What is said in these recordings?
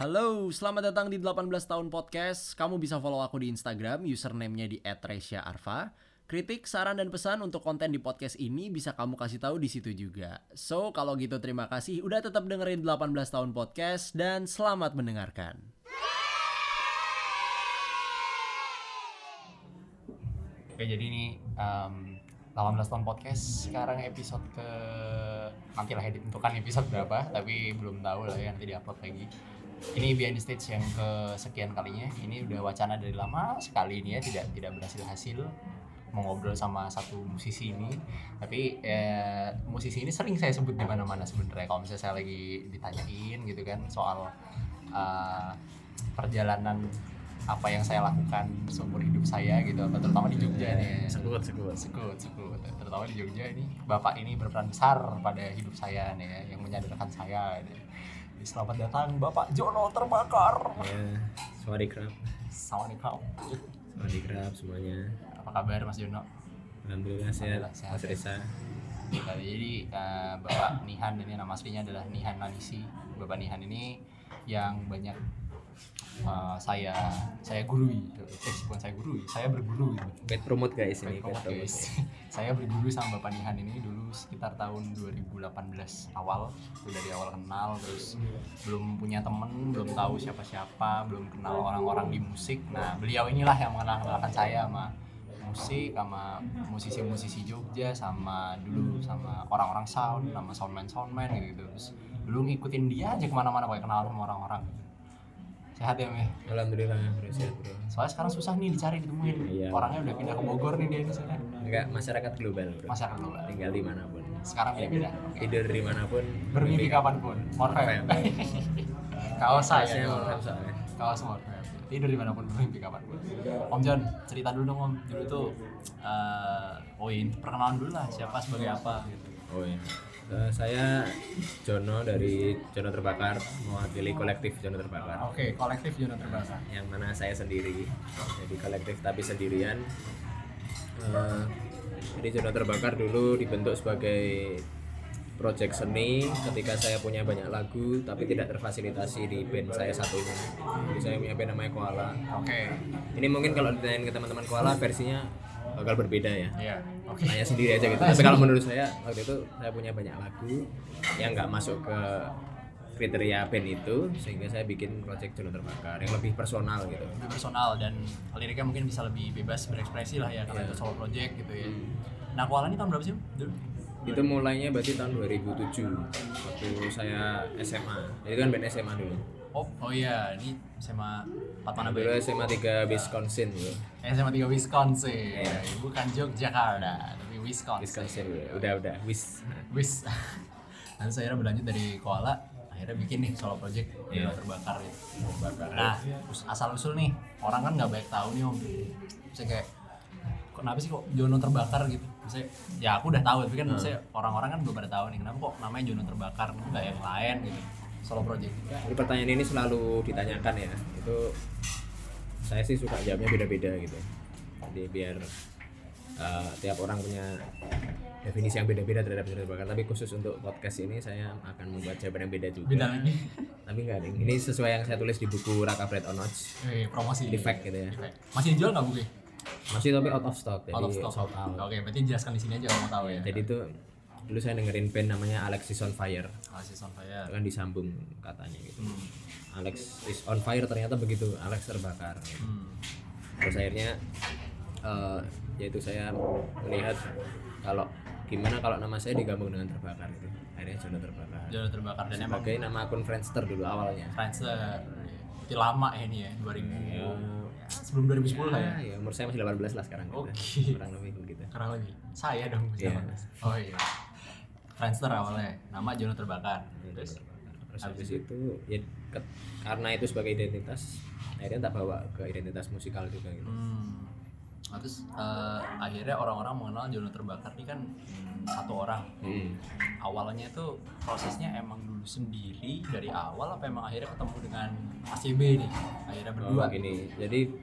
Halo, selamat datang di 18 tahun podcast. Kamu bisa follow aku di Instagram, username-nya di @resyaarfa. Kritik, saran, dan pesan untuk konten di podcast ini bisa kamu kasih tahu di situ juga. So, kalau gitu terima kasih udah tetap dengerin 18 tahun podcast dan selamat mendengarkan. Oke, jadi ini 18 tahun podcast sekarang episode ke nantilah ditentukan episode berapa, tapi belum tahu lah ya, nanti diupload lagi. Ini behind the stage yang kesekian kalinya. Ini udah wacana dari lama sekali ini ya, tidak berhasil mau ngobrol sama satu musisi ini. Tapi musisi ini sering saya sebut di mana-mana sebenarnya kalau misalnya saya lagi ditanyain gitu kan soal perjalanan apa yang saya lakukan seumur hidup saya gitu, terutama di Jogja nih. Sekut. Terutama di Jogja ini, bapak ini berperan besar pada hidup saya nih ya, yang menyadarkan saya. Selamat datang Bapak Jono Terbakar. Ya, Swadikram semuanya. Apa kabar Mas Jono? Alhamdulillah sehat. Mas Reza. Jadi Bapak Nihan ini nama aslinya adalah Nihan Nanisi. Bapak Nihan ini yang banyak saya gurui. Bukan saya gurui, saya berguru gitu. Paid promote guys ini. Saya berguru sama Bapak Nihan ini dulu sekitar tahun 2018 awal. Dari awal kenal, terus belum punya temen, belum tahu siapa-siapa, belum kenal orang-orang di musik. Nah, beliau inilah yang mengenalkan saya sama musik, sama musisi-musisi Jogja, sama orang-orang sound, sama soundman gitu. Terus dulu ngikutin dia aja kemana-mana, kayak kenal sama orang-orang gitu. Sehat ya, Meh? Alhamdulillah sehat bro. Soalnya sekarang susah nih dicari, ditemuin. Iya. Orangnya udah pindah ke Bogor nih dia di sana. Enggak, masyarakat global bro. Masyarakat global. Tinggal di manapun. Sekarang beda. Tidur di manapun. Bermimpi kapanpun. Morfem. Kaos saya. Kaos Morfem. Tidur di manapun, bermimpi kapanpun. Om John, cerita dulu dong Om. Dulu tuh, perkenalan dulu lah. Siapa sebagai apa gitu. Oh iya. Saya Jono dari Jono Terbakar, mewakili kolektif Jono Terbakar. Oke, kolektif Jono Terbakar. Yang mana saya sendiri, jadi kolektif tapi sendirian. Jadi Jono Terbakar dulu dibentuk sebagai project seni ketika saya punya banyak lagu tapi tidak terfasilitasi di band saya satu ini. Jadi saya punya band namanya Koala. Oke. Ini mungkin kalau ditanyain ke teman-teman Koala versinya bakal berbeda ya. Iya. Oke. Tanya sendiri aja gitu. Tapi kalau menurut saya waktu itu saya punya banyak lagu yang nggak masuk ke kriteria band itu, sehingga saya bikin project Jono Terbakar yang lebih personal gitu. Lebih personal dan liriknya mungkin bisa lebih bebas berekspresi lah ya, karena itu solo project gitu ya. Nah, Koala ini tahun berapa sih dulu? Itu mulainya berarti tahun 2007 waktu saya SMA. Jadi kan band SMA dulu. Oh iya, ini SMA 4 mana Dulu SMA 3 Wisconsin gitu. SMA 3 Wisconsin. Iya. Bukan Yogyakarta, tapi Wisconsin. Udah Wis. Nanti saya berlanjut dari Koala, akhirnya bikin nih solo project Jono Terbakar gitu. Nah, asal usul nih, orang kan nggak banyak tahu nih Om. Misalnya kayak, kenapa sih kok Jono Terbakar gitu? Misalnya, ya aku udah tahu, tapi kan misalnya orang-orang kan belum pada tahu nih, kenapa kok namanya Jono Terbakar, nggak yang lain gitu. Solo project. Jadi pertanyaan ini selalu ditanyakan ya. Itu saya sih suka jawabnya beda-beda gitu. Jadi biar tiap orang punya definisi yang beda-beda terhadap Jono Terbakar. Tapi khusus untuk podcast ini saya akan membuat jawaban yang beda juga. Beda lagi. Tapi enggak nih. Ini sesuai yang saya tulis di buku Raka Bread on Notch. Promosi. Di fact gitu ya. Masih dijual nggak bukunya? Masih tapi out of stock. Jadi Out of stock. sold out. Oke, berarti jelaskan di sini aja kalau mau tahu ya. Jadi itu dulu saya dengerin band namanya Alex is on Fire. Alex is on Fire. Kan disambung katanya gitu. Alex is on Fire ternyata begitu, Alex terbakar gitu. Terus akhirnya yaitu saya melihat kalau gimana kalau nama saya digabung dengan Terbakar itu. Akhirnya Jono Terbakar. Jono Terbakar dan emang sebagai nama akun Friendster dulu awalnya. Friendster. Itu lama ya ini ya, 2000. Ya, sebelum 2010 lah ya. Ya, umur saya masih 18 lah sekarang. Oke. Kurang lebih begitu. Kurang lebih. Saya dong masih 18. Oh iya. Friendster awalnya, nama Jono Terbakar. Terus habis itu ya karena itu sebagai identitas, akhirnya tak bawa ke identitas musikal juga gitu. Nah, terus akhirnya orang-orang mengenal Jono Terbakar ini kan satu orang. Awalnya itu prosesnya emang dulu sendiri dari awal apa emang akhirnya ketemu dengan Mas CB nih? Akhirnya berdua. Gini. Jadi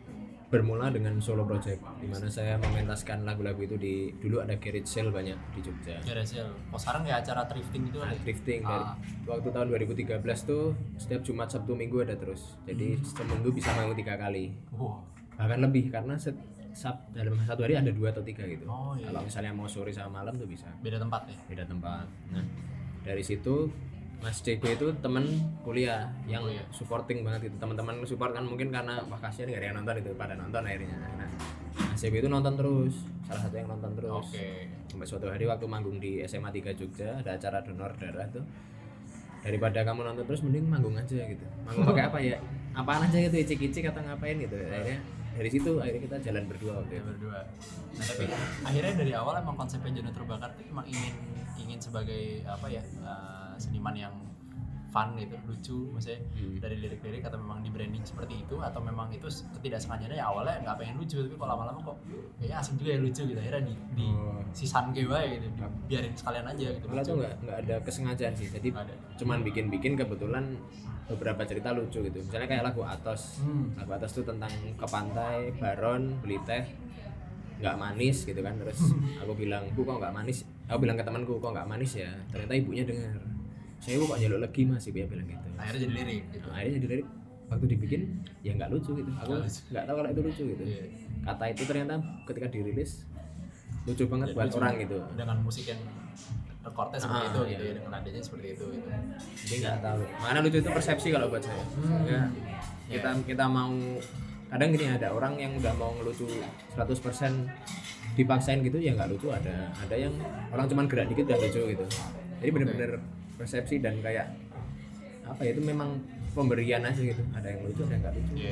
bermula dengan solo project di mana saya mementaskan lagu-lagu itu di dulu ada garage sale banyak di Jogja. Garage sale. Oh sekarang kayak acara thrifting gitu kan? Drifting dari waktu tahun 2013 tuh setiap Jumat Sabtu Minggu ada terus. Jadi seminggu bisa manggung 3 kali. Wow. Bahkan lebih karena dalam satu hari ada 2 atau 3 gitu. Oh, iya. Kalau misalnya mau sore sama malam tuh bisa. Beda tempat ya? Beda tempat. Nah, dari situ Mas CB itu temen kuliah yang supporting banget itu. Teman-teman support kan mungkin karena wah kasihan nggak ada yang nonton itu, pada nonton akhirnya. Nah, Mas CB itu nonton terus, salah satu yang nonton terus. Oke. Sampai suatu hari waktu manggung di SMA 3 Jogja ada acara donor darah tuh. Daripada kamu nonton terus mending manggung aja gitu. Manggung pakai apa ya? Apaan aja gitu, icik-icik atau ngapain gitu. Akhirnya dari situ akhirnya kita jalan berdua waktu itu. Berdua. Nah, tapi akhirnya dari awal emang konsepnya Jono Terbakar tuh emang ingin sebagai apa ya? Seniman yang fun gitu, lucu maksudnya dari lirik-lirik, atau memang di branding seperti itu, atau memang itu ketidaksengajanya ya awalnya nggak pengen lucu tapi kok lama-lama kok kayaknya asik juga ya lucu gitu, akhirnya di sisan gitu biarin sekalian aja gitu. Malah tuh nggak ada kesengajaan sih, jadi cuman bikin kebetulan beberapa cerita lucu gitu, misalnya kayak lagu Atos. Lagu Atos tuh tentang ke pantai, baron, beli teh nggak manis gitu kan, terus aku bilang bu kok nggak manis, aku bilang ke temanku kok nggak manis ya, ternyata ibunya dengar, saya kok jaluk lagi mas, ibunya bilang gitu. Akhirnya jadi lirik gitu. Akhirnya jadi lirik, waktu dibikin ya nggak lucu gitu, aku nggak tahu kalau itu lucu gitu. Kata itu ternyata ketika dirilis lucu banget buat orang gitu, dengan musik yang recordnya seperti itu gitu ya, dengan nadanya seperti itu gitu. Jadi nggak tahu mana lucu itu persepsi kalau buat saya. Ya, kita mau, kadang gini ada orang yang udah mau ngelucu 100% dipaksain gitu ya nggak lucu, ada yang orang cuman gerak dikit udah lucu gitu. Jadi bener-bener persepsi dan kayak apa ya, itu memang pemberian aja gitu, ada yang lucu ada yang nggak lucu.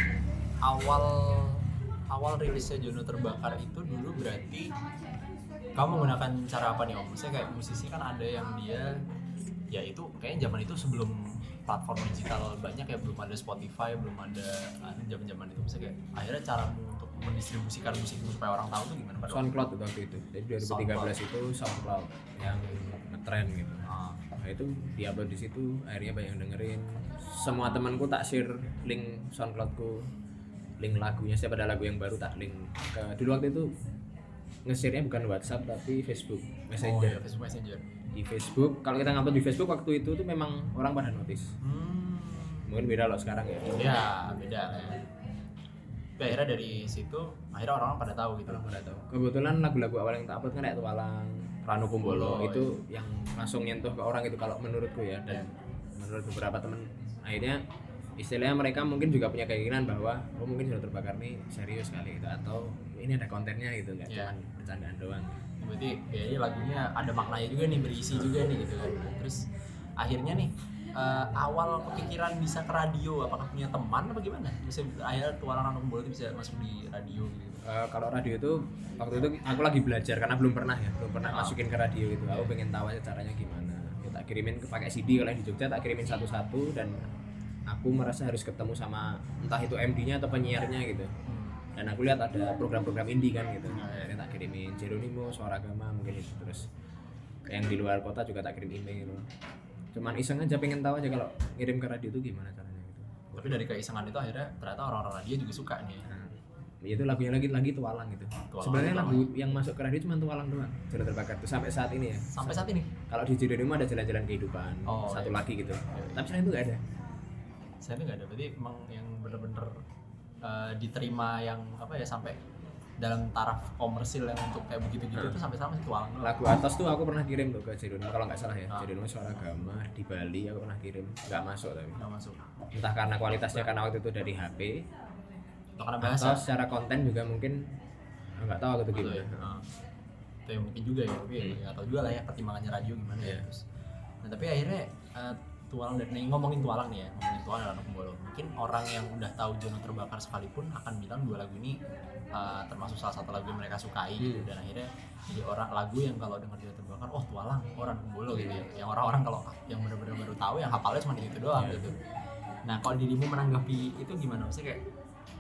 Awal rilisnya Jono Terbakar itu dulu berarti kamu menggunakan cara apa nih Om? Maksudnya kayak musisi kan ada yang dia ya itu kayaknya zaman itu sebelum platform digital banyak ya, belum ada Spotify, belum ada zaman-zaman itu. Maksudnya kayak akhirnya caramu untuk mendistribusikan musikmu supaya orang tahu tuh gimana pada SoundCloud itu waktu itu. Jadi 2013 itu SoundCloud yang ngetren gitu. Nah, itu diupload di situ, akhirnya banyak yang dengerin. Semua temanku tak share link SoundCloudku, link lagunya, setiap ada lagu yang baru tak link ke, dulu waktu itu nge-share-nya bukan WhatsApp tapi Facebook Messenger. Facebook Messenger. Di Facebook, kalau kita ngupload di Facebook waktu itu tuh memang orang pada notice. Mungkin beda loh sekarang ya. Ya beda ya. Tapi akhirnya dari situ akhirnya orang-orang pada tahu gitu. Orang pada tahu. Kebetulan lagu-lagu awal yang tak upload kan kayak Tualang, Ranu Kumbolo itu yang langsung nyentuh ke orang itu kalau menurutku ya, dan menurut beberapa teman. Akhirnya istilahnya mereka mungkin juga punya keinginan bahwa mungkin Jono Terbakar nih serius kali gitu, atau ini ada kontennya gitu, nggak cuma bercandaan doang. Berarti kayaknya lagunya ada maknanya juga nih, berisi juga nih gitu kan. Terus akhirnya nih awal kepikiran bisa ke radio, apakah punya teman apa gimana? Bisa akhirnya Tualang Ranu Kumbolo itu bisa masuk di radio gitu. Kalau radio itu waktu itu aku lagi belajar karena belum pernah masukin ke radio gitu. Aku pengen tahu aja caranya gimana. Ya, tak kirimin pakai CD, kalau di Jogja tak kirimin satu-satu, dan aku merasa harus ketemu sama entah itu MD-nya atau penyiarnya gitu. Dan aku lihat ada program-program indie kan gitu. Akhirnya tak kirimin Jeronimo, Suara Agama mungkin itu, terus yang di luar kota juga tak kirim email. Cuman iseng aja, pengen tahu aja kalau ngirim ke radio itu gimana caranya gitu. Tapi dari keisengan itu akhirnya ternyata orang-orang radio juga suka nih. Itu lagunya lagi Tualang gitu. Sebenarnya lagu yang masuk ke radio cuma Tualang doang, Jono Terbakar tuh sampai saat ini ya. Sampai saat ini. Kalau di Jeronimo ada Jalan-Jalan Kehidupan, satu lagi gitu. Tapi selain itu nggak ada. Saya nggak ada. Berarti emang yang bener-bener diterima yang apa ya, sampai dalam taraf komersil yang untuk kayak begitu-gitu itu sampai sama sih Tualang. Lagu Atas tuh aku pernah kirim tuh ke Jeronimo kalau nggak salah ya. Jeronimo Suara Agama di Bali aku pernah kirim, nggak masuk tapi. Nggak masuk. Entah karena kualitasnya karena waktu itu dari HP. Karena bahasa. Atau secara konten juga mungkin nggak tahu aku tuh gimana. Itu yang mungkin juga ya, tapi nggak tahu juga lah ya pertimbangannya radio gimana ya. Terus, nah tapi akhirnya Tualang, dan ngomongin Tualang nih ya, ngomongin Tualang dan Ranu Kumbolo. Mungkin orang yang udah tahu Jono Terbakar sekalipun akan bilang dua lagu ini termasuk salah satu lagu yang mereka sukai gitu. Dan akhirnya jadi orang lagu yang kalau dengar Jono Terbakar, oh Tualang, oh Ranu Kumbolo gitu ya. Yang orang-orang kalau yang benar-benar baru tahu yang hafalnya cuma itu doang gitu. Nah kalau dirimu menanggapi itu gimana? Maksudnya kayak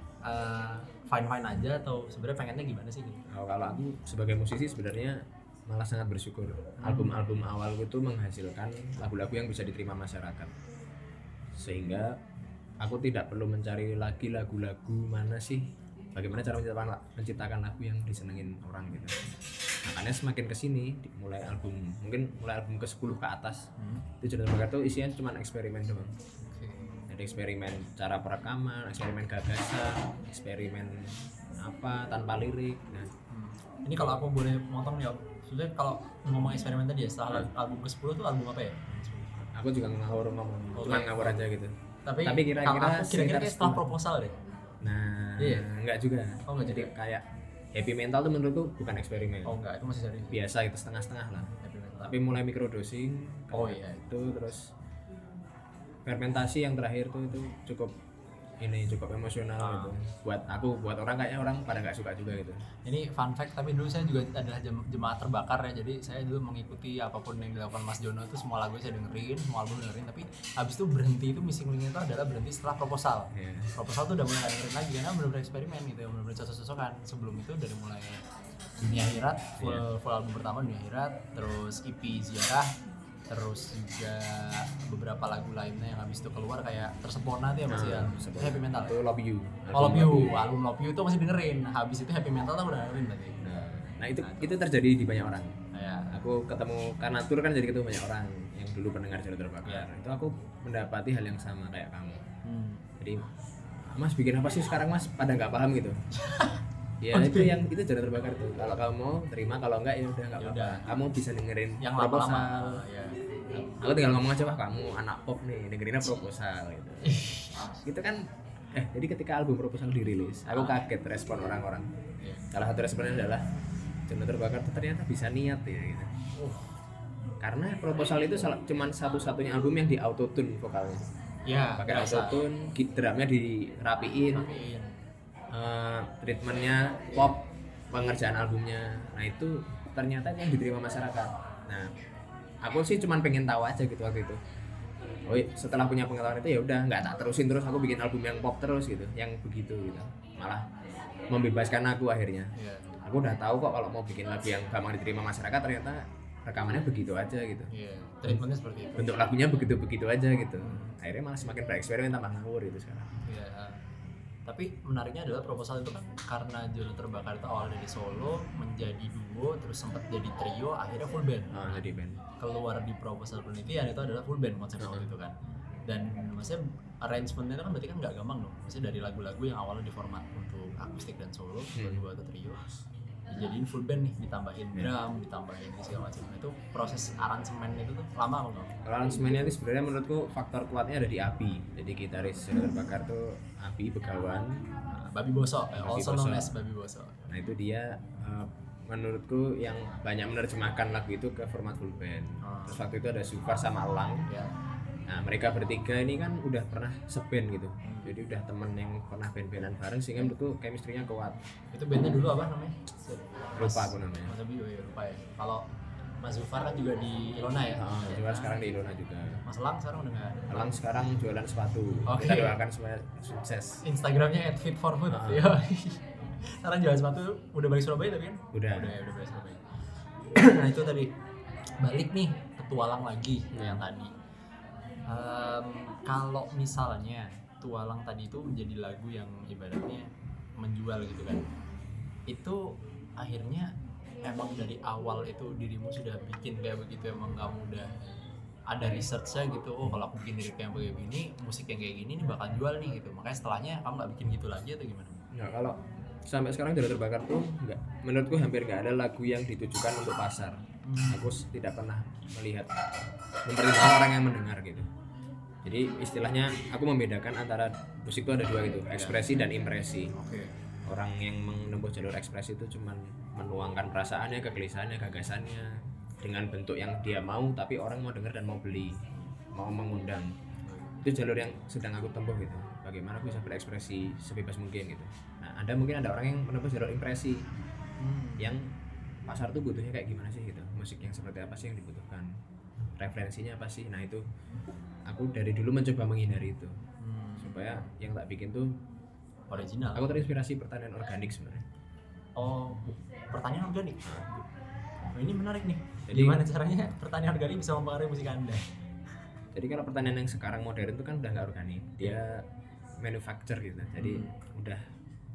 fine-fine aja atau sebenarnya pengennya gimana sih gitu? Kalau aku sebagai musisi sebenarnya malah sangat bersyukur. Album-album awal itu menghasilkan lagu-lagu yang bisa diterima masyarakat, sehingga aku tidak perlu mencari lagi lagu-lagu mana sih bagaimana cara menciptakan lagu yang disenengin orang gitu. Makanya semakin kesini mulai album ke-10 ke atas itu Jono Terbakar tuh isinya cuma eksperimen doang. Jadi eksperimen cara perekaman, eksperimen gagasan, eksperimen apa tanpa lirik. Nah, ini kalau aku boleh motong ya, sebenarnya kalau ngomong eksperimen tadi ya, setelah album ke-10 tuh album apa ya? aku juga ngawur cuma ngawur aja gitu. Tapi kira-kira kayak setelah proposal deh. Nah, iya. Enggak juga. Oh, enggak jadi kayak Happy Mental tuh menurutku bukan eksperimen. Oh enggak, itu masih serius. Biasa itu setengah-setengah lah. Happy Mental. Tapi mulai microdosing. Oh iya. Itu terus fermentasi yang terakhir tuh itu cukup emosional gitu. Buat orang kayaknya orang pada nggak suka juga gitu. Ini fun fact, tapi dulu saya juga adalah jemaat terbakar ya. Jadi saya dulu mengikuti apapun yang dilakukan Mas Jono itu, semua lagu saya dengerin, semua album dengerin. Tapi habis itu berhenti, itu missing link itu adalah berhenti setelah proposal. Yeah. Proposal tuh udah mulai nggak dengerin lagi karena benar-benar eksperimen gitu, benar-benar cocok-cocokan. Sebelum itu dari mulai Dunia Akhirat, full album pertama Dunia Akhirat, terus EP Ziarah, terus juga beberapa lagu lainnya yang habis itu keluar kayak Tersepona tuh ya masih ya, Happy Mental itu Love You. Album Love You itu masih dengerin. Habis itu Happy Mental tuh udah dengerin berarti. Nah itu terjadi di banyak orang. Ya. Aku ketemu karena tur kan jadi ketemu banyak orang yang dulu pendengar Jono Terbakar. Itu aku mendapati hal yang sama kayak kamu. Jadi Mas bikin apa sih sekarang Mas? Pada nggak paham gitu. Ya itu Jono Terbakar tuh. Kalau kamu mau terima, kalau enggak ya udah enggak apa-apa. Kamu bisa dengerin yang proposal. Ya. Aku tinggal ngomong aja, wah kamu anak pop nih, dengerinnya proposal gitu. Gitu kan. Jadi ketika album proposal dirilis, aku kaget respon orang-orang. Salah satu responnya adalah Jono Terbakar tuh ternyata bisa niat ya gitu. Karena proposal itu cuman satu-satunya album yang di autotune vokalnya. Ya, pakai autotune, drumnya dirapiin. Treatmentnya pop, pengerjaan albumnya. Nah itu ternyata yang diterima masyarakat. Nah aku sih cuman pengen tahu aja gitu waktu itu. Setelah punya pengetahuan itu ya udah nggak tak terusin terus, aku bikin album yang pop terus gitu, yang begitu gitu. Malah membebaskan aku akhirnya. Aku udah tahu kok kalau mau bikin lagu yang gampang diterima masyarakat, ternyata rekamannya begitu aja gitu. Treatmentnya seperti itu. Bentuk lagunya begitu aja gitu. Akhirnya malah semakin bereksperimen tambah ngawur gitu sekarang. Tapi menariknya adalah proposal itu kan karena Jono Terbakar itu awal dari solo menjadi duo, terus sempat jadi trio, akhirnya full band. Jadi band. Keluar di proposal penelitian itu adalah full band konsepnya waktu itu kan. Dan maksudnya arrangementnya itu kan berarti kan nggak gampang dong. Maksudnya dari lagu-lagu yang awalnya di format untuk akustik dan solo, dua atau trio, dijadiin full band nih, ditambahin drum, ditambahin segala macam. Itu proses aransemen itu tuh lama apa enggak? Aransemennya itu sebenarnya menurutku faktor kuatnya ada di Abi. Jadi gitaris Jono Terbakar tuh Abi Begawan, Babi Boso, also known as Babi Boso. Nah itu dia menurutku yang banyak menerjemahkan lagu itu ke format full band. Terus waktu itu ada Zufar sama Elang. Nah mereka bertiga ini kan udah pernah seband gitu. Jadi udah temen yang pernah band-bandan bareng, sehingga menurutku chemistry-nya kuat. Itu bandnya dulu apa namanya? Lupa aku namanya. Mas Abi, lupa ya. Kalau Mas Zufar kan juga di Ilona ya? Zufar sekarang di Ilona juga. Mas Elang sekarang udah nggak? Elang sekarang jualan sepatu. Kita doakan supaya sukses. Instagramnya @fit4food. Sekarang jualan sepatu, udah balik Surabaya tapi kan? Udah balik Surabaya. Nah itu tadi, balik nih petualang lagi yang tadi. Kalau misalnya Tualang tadi itu menjadi lagu yang ibaratnya menjual gitu kan, itu akhirnya emang dari awal itu dirimu sudah bikin kayak begitu, emang kamu udah ada researchnya gitu, kalau aku bikin lirik yang begini, musik yang kayak gini nih bakal jual nih gitu, makanya setelahnya kamu nggak bikin gitu lagi atau gimana? Nggak, kalau sampai sekarang Jono Terbakar tuh nggak, menurutku hampir nggak ada lagu yang ditujukan untuk pasar. Aku tidak pernah mempertimbangkan orang yang mendengar gitu. Jadi istilahnya aku membedakan antara musik itu ada dua gitu, ekspresi dan impresi. Orang yang menempuh jalur ekspresi itu cuman menuangkan perasaannya, kegelisahannya, gagasannya dengan bentuk yang dia mau, tapi orang mau dengar dan mau beli, mau mengundang. Itu jalur yang sedang aku tempuh gitu. Bagaimana aku bisa berekspresi sebebas mungkin gitu. Nah, mungkin ada orang yang menempuh jalur impresi, yang pasar tuh butuhnya kayak gimana sih gitu, musik yang seperti apa sih yang dibutuhkan, referensinya apa sih. Nah itu aku dari dulu mencoba menghindari itu, supaya yang tak bikin tuh original. Aku terinspirasi pertanian organik sebenarnya. Oh, pertanian organik. Ini menarik nih. Jadi, gimana caranya pertanian organik bisa mempengaruhi musik Anda? Jadi kalau pertanian yang sekarang modern itu kan udah nggak organik, dia manufacture gitu. Jadi udah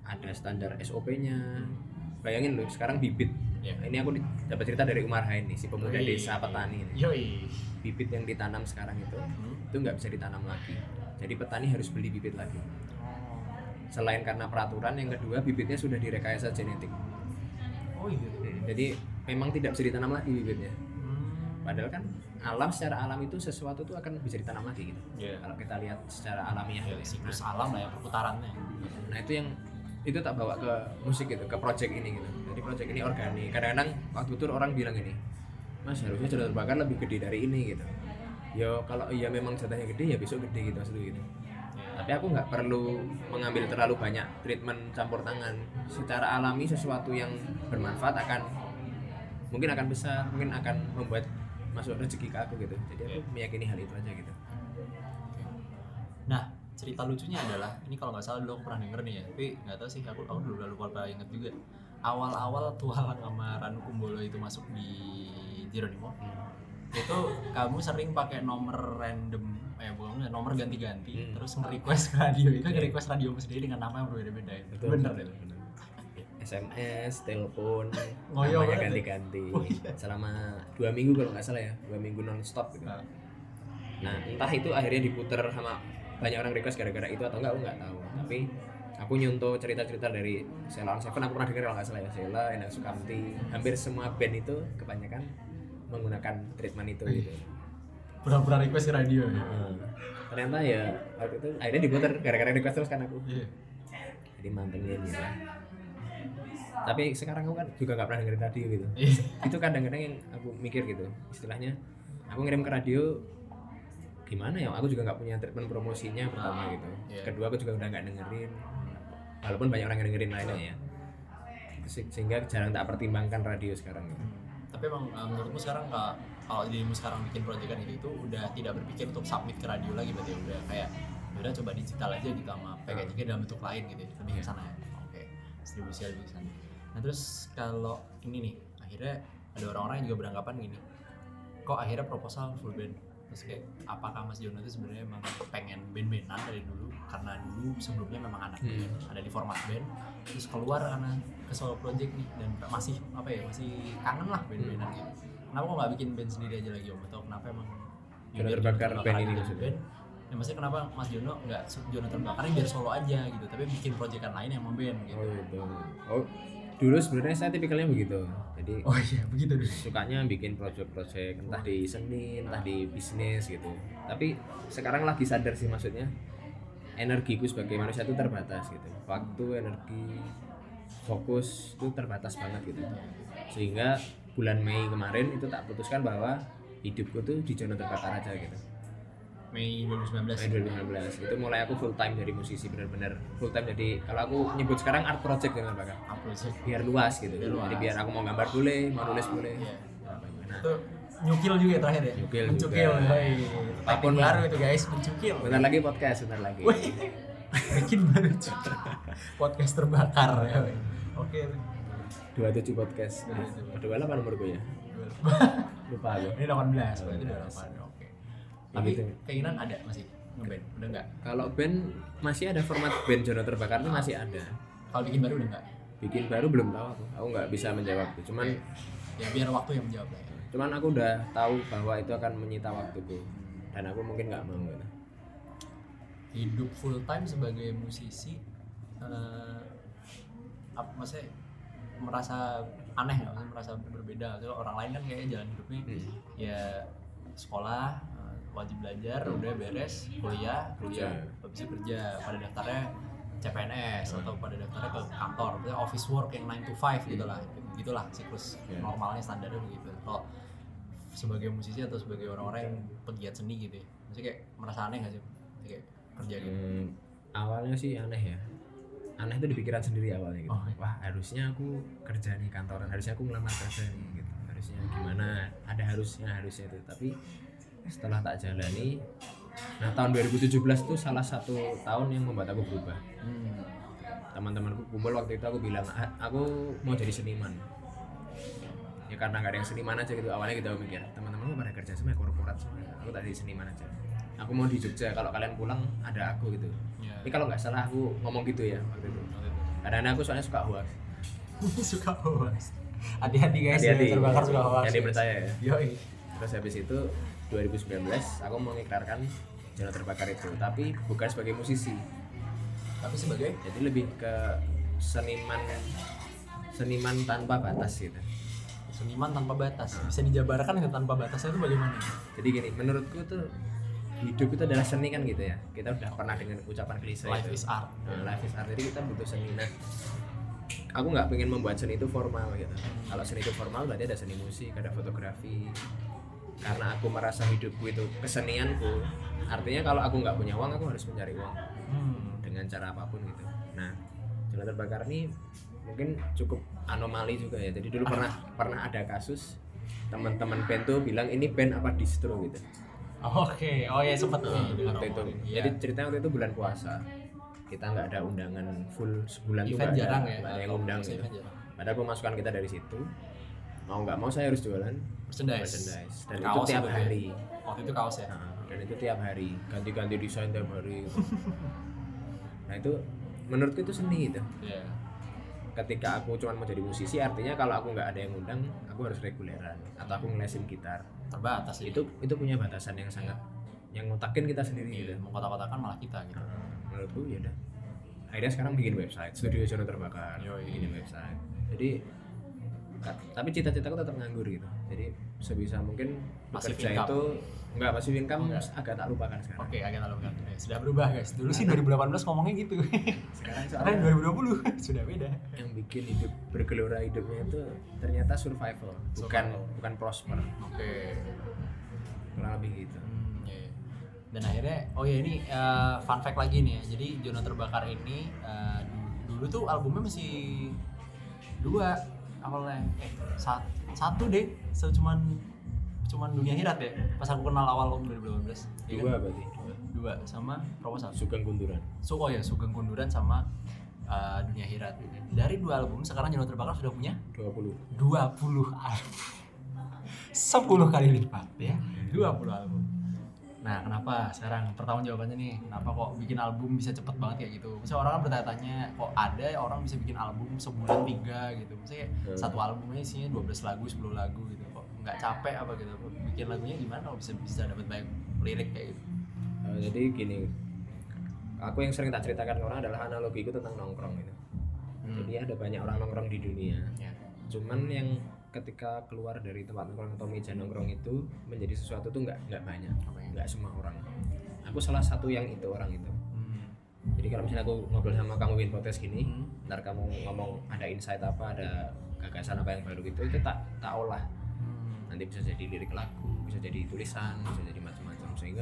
ada standar SOP-nya. Bayangin loh, sekarang bibit. Iya. Ini aku dapat cerita dari Umar Hain nih, si pemuda Wih. desa petani ini. Yoi. Bibit yang ditanam sekarang itu nggak bisa ditanam lagi. Jadi petani harus beli bibit lagi. Selain karena peraturan, yang kedua bibitnya sudah direkayasa genetik. Oh iya. Jadi memang tidak bisa ditanam lagi bibitnya. Padahal kan alam secara alam itu sesuatu tuh akan bisa ditanam lagi gitu. Iya. Kalau kita lihat secara alamiah. Ya, siklus alam lah ya, perputarannya. Nah itu tak bawa ke musik gitu, ke project ini gitu. Jadi project ini organik. Kadang-kadang waktu itu orang bilang gini, Mas harusnya Jodoh Terbakar lebih gede dari ini gitu. Ya kalau iya memang jatahnya gede ya besok gede gitu maksudnya gitu. Tapi aku nggak perlu mengambil terlalu banyak treatment campur tangan. Secara alami sesuatu yang bermanfaat mungkin akan besar, mungkin akan membuat masuk rezeki ke aku gitu. Jadi aku meyakini hal itu aja gitu. Nah, cerita lucunya adalah ini kalau nggak salah dulu aku pernah denger nih ya, tapi nggak tahu sih aku dulu lupa inget juga. Awal-awal Tualang sama Ranu Kumbolo itu masuk di Jeronimo, itu kamu sering pakai nomor random, nomor ganti-ganti, terus nge-request ke radio. Itu nge-request radiomu sendiri dengan nama yang berbeda-beda. Betul. Bener deh. SMS, telepon, Ngoyo namanya banget. ganti-ganti. Oh, iya. Selama 2 minggu kalau nggak salah ya, 2 minggu non-stop gitu. Nah entah itu akhirnya diputer sama banyak orang request gara-gara itu atau enggak aku nggak tahu. Tapi aku nyontoh cerita-cerita dari Sheila on Seven, aku pernah dengar kalau nggak salah ya, Sheila, Endang Sukamti, hampir semua band itu kebanyakan menggunakan treatment itu gitu. Pura-pura request ke radio ya. Ternyata ya waktu itu akhirnya diputer gara-gara request terus kan aku. Iya. Jadi mantengin gitu. Tapi sekarang aku kan juga nggak pernah dengerin radio gitu. Iya. Itu kadang-kadang yang aku mikir gitu, istilahnya aku ngirim ke radio gimana ya, aku juga nggak punya treatment promosinya pertama gitu. Iya. Kedua aku juga udah nggak dengerin, walaupun banyak orang yang dengerin lainnya ya. Sehingga jarang tak pertimbangkan radio sekarang gitu. Tapi emang menurutmu sekarang kalau dirimu sekarang bikin proyekan itu udah tidak berpikir untuk submit ke radio lagi berarti udah kayak udah coba digital aja gitu sama packagingnya dalam bentuk lain gitu ya, lebih ke sana ya. Oke. Distribusi lebih ke sana. Nah terus kalau ini nih akhirnya ada orang-orang yang juga beranggapan gini, kok akhirnya proposal full band? Terus kayak apakah Mas Jono itu sebenarnya emang pengen band-bandan dari dulu karena dulu sebelumnya memang anak band, ada di format band, terus keluar karena ke solo project nih dan masih masih kangen lah band-bandan gitu. Kenapa kok nggak bikin band sendiri aja lagi Om? Atau kenapa emang Jono Terbakar band ini maksudnya? Ya maksudnya kenapa Mas Jono nggak Jono Terbakarnya biar solo aja gitu, tapi bikin proyekan lain yang memband gitu. Oh gitu. Oh dulu sebenarnya saya tipikalnya begitu. Jadi Oh iya begitu dulu. sukanya bikin project-project entah di seni, entah di bisnis gitu. Tapi sekarang lagi sadar sih, maksudnya energiku sebagai manusia itu terbatas gitu. Waktu, energi, fokus itu terbatas banget gitu. Sehingga bulan Mei kemarin itu tak putuskan bahwa hidupku tuh di Jono Terbakar aja gitu. Mei 2019. Mei 2019 itu mulai aku full time jadi musisi, benar-benar full time. Jadi kalau aku nyebut sekarang art project Jono Terbakar, Upload biar luas gitu. Biar luas. Jadi biar aku mau gambar boleh, mau nulis boleh. Iya. Nah, Itu nyukil juga ya terakhir ya? Nyukil Mencukil. juga. Hei, Apapun teknik baru itu guys, mencukil. bentar lagi podcast, bentar lagi. Wih, bikin baru cukil. Podcast terbakar ya. Oke. 27 podcast. Kedua apa nomor gue ya? Lupa aku. Ini 18, berarti 28. Oke. Tapi Gitu. keinginan ada masih ngeband, udah enggak? Kalau band masih ada, format band Jono Terbakar itu masih ada. Kalau bikin baru udah enggak? Bikin baru belum tahu aku nggak bisa menjawab itu. Cuman Ya biar waktu yang menjawab lah ya. cuman aku udah tahu bahwa itu akan menyita waktuku dan aku mungkin nggak mau gitu. Hidup full time sebagai musisi maksudnya merasa aneh nggak? Maksudnya merasa berbeda. Soalnya orang lain kan kayaknya jalan hidupnya ya sekolah, wajib belajar, udah beres, kuliah, Kerja. habis itu kerja, pada daftarnya CPNS atau pada daftarnya ke kantor, maksudnya office work yang 9 to 5 gitulah siklus normalnya standarnya begitu. Kalau sebagai musisi atau sebagai orang-orang yang pegiat seni gitu ya, maksudnya kayak merasa aneh nggak sih kayak kerja gitu? Awalnya sih aneh ya. Aneh itu di pikiran sendiri awalnya gitu. Oh, iya. Wah, harusnya aku kerja nih kantoran, harusnya aku ngelamar kerja nih gitu. Harusnya gimana? Ada harusnya itu. Tapi setelah tak jalani, nah tahun 2017 itu salah satu tahun yang membuat aku berubah. Teman-temanku kumpul waktu itu, aku bilang aku mau jadi seniman. Ya karena nggak ada yang seniman aja gitu. Awalnya kita mikir teman-temanku pada kerja semua korporat semua. Aku tak jadi seniman aja. Aku mau di Jogja, kalau kalian pulang ada aku gitu. Ya. Ini kalau nggak salah aku ngomong gitu ya waktu itu. Kadang-kadang aku soalnya suka hoax. Suka hoax. Hati-hati guys, Hati-hati. Jono Terbakar suka hoax. Yang dipercaya ya. Yoi. Terus habis itu 2019 aku mengikrarkan Jono Terbakar itu, tapi bukan sebagai musisi. Tapi sebagai Jadi lebih ke seniman tanpa batas gitu. seniman tanpa batas. Bisa dijabarkan itu tanpa batasnya itu bagaimana? Jadi gini, menurutku tuh hidup itu adalah seni kan gitu ya. Kita udah pernah dengan ucapan klise Life itu. is art. Life is art. Jadi kita butuh seni. Nah, aku nggak pengen membuat seni itu formal gitu. Kalau seni itu formal berarti ada seni musik, ada fotografi. Karena aku merasa hidupku itu kesenianku. Artinya kalau aku nggak punya uang, aku harus mencari uang dengan cara apapun gitu. Nah, Jono Terbakar ini mungkin cukup anomali juga ya. Jadi dulu pernah ada kasus teman-teman band tuh bilang ini band apa distro gitu. Oke, oh ya sempat dengar Waktu itu. ngomongin. Iya. Jadi ceritanya waktu itu bulan puasa. Kita nggak ada undangan full sebulan tuh Event nggak jarang ada, ya. nggak ada yang undang Event gitu. jarang. Padahal pemasukan kita dari situ mau nggak mau saya harus jualan Merchandise. dan Kaos itu tiap itu ya? hari. Waktu itu kaos ya. Dan itu tiap hari ganti-ganti desain tiap hari gitu. Nah itu menurutku itu seni gitu. Iya. Ketika aku cuma mau jadi musisi, artinya kalau aku nggak ada yang undang, aku harus reguleran atau aku ngelesin gitar. Terbatas ya. Itu punya batasan yang sangat yang ngotakin kita sendiri gitu. Iya, mengkotak-kotakan malah kita gitu. Menurutku ya udah. Akhirnya sekarang bikin website, Studio Jono Terbakar, Yoi. bikin website. Jadi tapi cita-citaku tetap nganggur gitu. Jadi sebisa mungkin Passive bekerja income. itu enggak passive income Enggak. agak tak lupakan sekarang. Oke, agak lalu kan. Sudah berubah guys. Dulu sih 2018 ngomongnya gitu. Sekarang Sekarang soalnya 2020 sudah beda. yang bikin hidup bergelora hidupnya itu ternyata survival, bukan prosper. Oke. Kurang lebih gitu. Iya. Dan akhirnya, oh ya ini fun fact lagi nih ya. Jadi Jono Terbakar ini dulu tuh albumnya masih 2 awalnya. Satu deh. Cuman Dunia Hirat ya. Pas aku kenal awal 2018. Ya Dua kan? berarti. Dua sama proposal. Sugeng Kunduran. Oh ya, Sugeng Kunduran sama Dunia Hirat. Dari 2 album sekarang Jono Terbakar sudah punya 20. 20 album. 10 kali lipat ya. 20 album. Nah, kenapa sekarang? Pertama jawabannya nih, kenapa kok bikin album bisa cepet banget kayak gitu? Misalnya orang kan bertanya-tanya, kok ada orang bisa bikin album sebulan 3 gitu. Misalnya satu albumnya isinya 12 lagu, 10 lagu gitu. Kok nggak capek apa gitu? Bikin lagunya gimana kalau bisa dapat banyak lirik kayak gitu? Jadi gini, aku yang sering tak ceritakan ke orang adalah analogiku tentang nongkrong gitu. Jadi ada banyak orang nongkrong di dunia. Ya. Cuman yang ketika keluar dari tempat nongkrong atau meja nongkrong itu menjadi sesuatu tuh nggak banyak, nggak semua orang. Aku salah satu yang itu orang itu. Jadi kalau misalnya aku ngobrol sama kamu Win Podcast gini, ntar kamu ngomong ada insight apa, ada gagasan apa yang baru gitu, itu tak olah. Nanti bisa jadi lirik lagu, bisa jadi tulisan, bisa jadi macam-macam, sehingga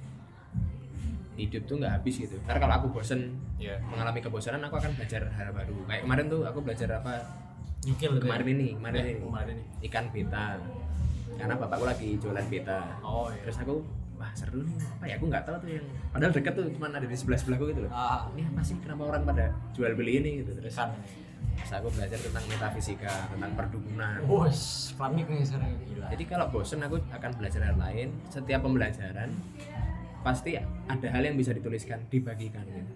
hidup tuh nggak habis gitu. Ntar kalau aku bosen, mengalami kebosanan, aku akan belajar hal baru. Kayak kemarin tuh aku belajar apa? Nyukil Kemarin ini ikan beta, karena bapakku lagi jualan beta. Oh iya. Terus aku wah seru nih, apa ya, aku nggak tahu tuh yang padahal dekat tuh cuma ada di sebelahku gitu loh. Ini apa sih, kenapa orang pada jual beli ini gitu. Terus aku belajar tentang metafisika, tentang perdukunan. Panik nih sekarang, gila. Jadi kalau bosen aku akan belajar hal lain. Setiap pembelajaran pasti ada hal yang bisa dituliskan, dibagikan gitu.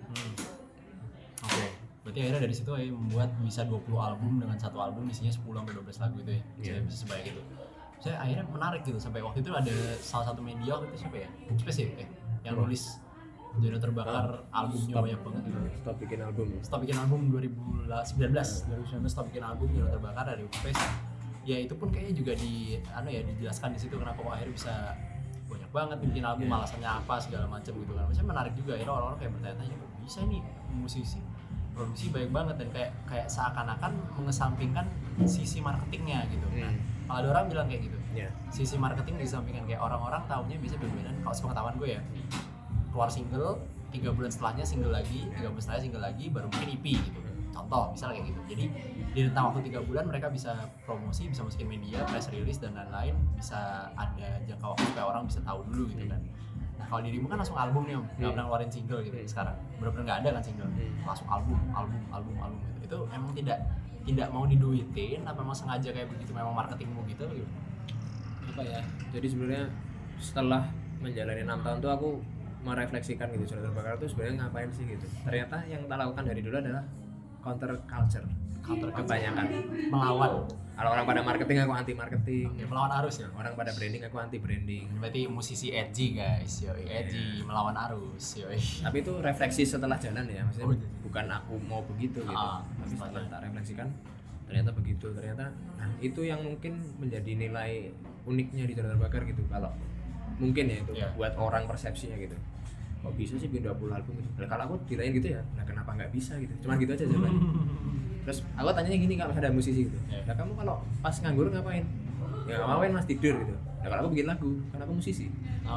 Oke. Berarti akhirnya dari situ membuat bisa 20 album dengan satu album isinya 10 sampai 12 lagu itu ya. Bisa sebanyak itu. Saya akhirnya menarik gitu, sampai waktu itu ada salah satu media waktu itu siapa ya? Bookspspace ya? Yang nulis Jono Terbakar albumnya banyak banget gitu. Stop bikin album 2019 stop bikin album Jono Terbakar dari Booksppace. Ya itu pun kayaknya juga dijelaskan di situ kenapa kok akhirnya bisa banyak banget bikin album, alasannya apa segala macam gitu kan. Maksudnya menarik juga ya, orang-orang kayak bertanya-tanya kok bisa nih musisi produksi banyak banget, dan kayak seakan-akan mengesampingkan sisi marketingnya gitu. Nah, ada orang bilang kayak gitu. Sisi marketing disampingkan, kayak orang-orang tahunya bisa berbeda. Kalau sepengetahuan gue ya, keluar single 3 bulan setelahnya single lagi, 3 bulan setelahnya single lagi, baru mungkin EP gitu. Contoh misalnya kayak gitu. Jadi di rentang waktu 3 bulan mereka bisa promosi, bisa masukin media, press release dan lain-lain, bisa ada jangka waktu supaya orang bisa tahu dulu gitu kan. Nah kalau dirimu kan langsung album nih Om, nggak pernah ngeluarin single gitu sekarang. Bener-bener nggak ada kan single, langsung album gitu. Itu emang tidak mau diduitin, apa emang sengaja kayak begitu, memang marketingmu gitu? Apa ya? Jadi sebenarnya setelah menjalani 6 tahun tuh aku merefleksikan gitu, Jono Terbakar tuh sebenarnya ngapain sih gitu. Ternyata yang tak lakukan dari dulu adalah counter culture. Kebanyakan melawan. Kalau orang pada marketing aku anti marketing. Oke, melawan arus ya. Orang pada branding aku anti branding. Berarti musisi edgy guys, yoi. Edgy melawan arus, yoi. Tapi itu refleksi setelah jalan ya, maksudnya Oh, iya. bukan aku mau begitu gitu. Tapi setelah tak refleksikan ternyata begitu. Ternyata nah itu yang mungkin menjadi nilai uniknya di Jalur Terbakar gitu. Kalau mungkin ya itu buat orang persepsinya gitu. Kok bisa sih bikin 20 album gitu. Nah, kalau aku ditanya gitu ya, nah kenapa nggak bisa gitu. Cuman gitu aja jawabannya. Terus aku tanyanya gini kalau ada musisi gitu. Nah kamu kalau pas nganggur ngapain? Ya nggak ngapain mas, tidur gitu. Nah kalau aku bikin lagu, kan aku musisi.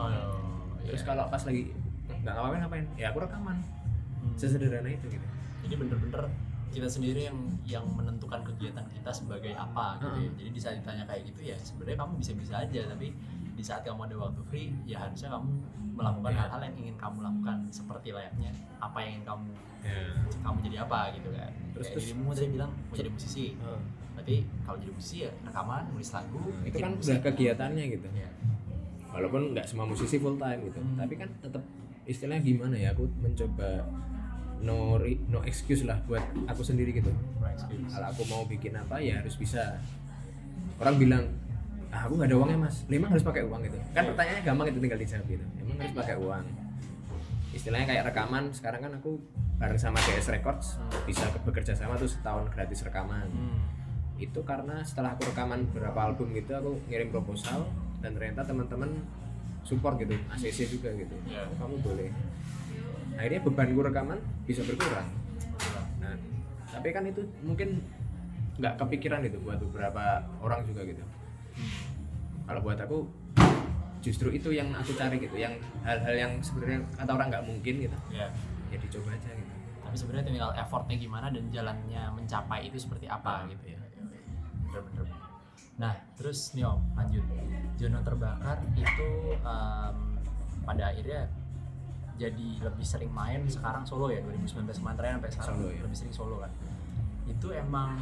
Terus kalau pas lagi nggak ngapain? Ya aku rekaman. Sesederhana itu gitu. Jadi bener-bener kita sendiri yang menentukan kegiatan kita sebagai apa gitu ya. Jadi di saat ditanya kayak gitu ya sebenarnya kamu bisa-bisa aja, tapi di saat kamu ada waktu free ya harusnya kamu melakukan hal-hal yang ingin kamu lakukan seperti layaknya apa yang ingin kamu jadi apa gitu kan. Terus dirimu tadi bilang mau jadi musisi. Berarti kalau jadi musisi ya rekaman, nulis lagu, itu kan udah kegiatannya gitu. Walaupun nggak semua musisi full time gitu, tapi kan tetap istilahnya gimana ya, aku mencoba no excuse lah buat aku sendiri gitu. Kalau aku mau bikin apa ya harus bisa. Orang bilang aku nggak ada uangnya mas, emang harus pakai uang gitu kan. Pertanyaannya gampang itu, tinggal dijawab gitu, emang harus pakai uang. Istilahnya kayak rekaman sekarang kan aku bareng sama DS Records bisa bekerja sama tuh setahun gratis rekaman. Itu karena setelah aku rekaman beberapa album gitu aku ngirim proposal dan ternyata teman-teman support gitu, ACC juga gitu. Oh, kamu boleh. Akhirnya bebanku rekaman bisa berkurang. Nah, tapi kan itu mungkin nggak kepikiran gitu buat beberapa orang juga gitu. Kalau buat aku justru itu yang aku cari gitu, yang hal-hal yang sebenarnya kata orang nggak mungkin gitu. Ya dicoba aja gitu. Tapi sebenarnya tinggal effortnya gimana dan jalannya mencapai itu seperti apa gitu ya. Bener-bener. Nah, terus nih Om, lanjut. Jalur Terbakar itu pada akhirnya jadi lebih sering main sekarang solo ya, 2019 kemarin sampai sekarang solo, ya? Lebih sering solo kan. Itu emang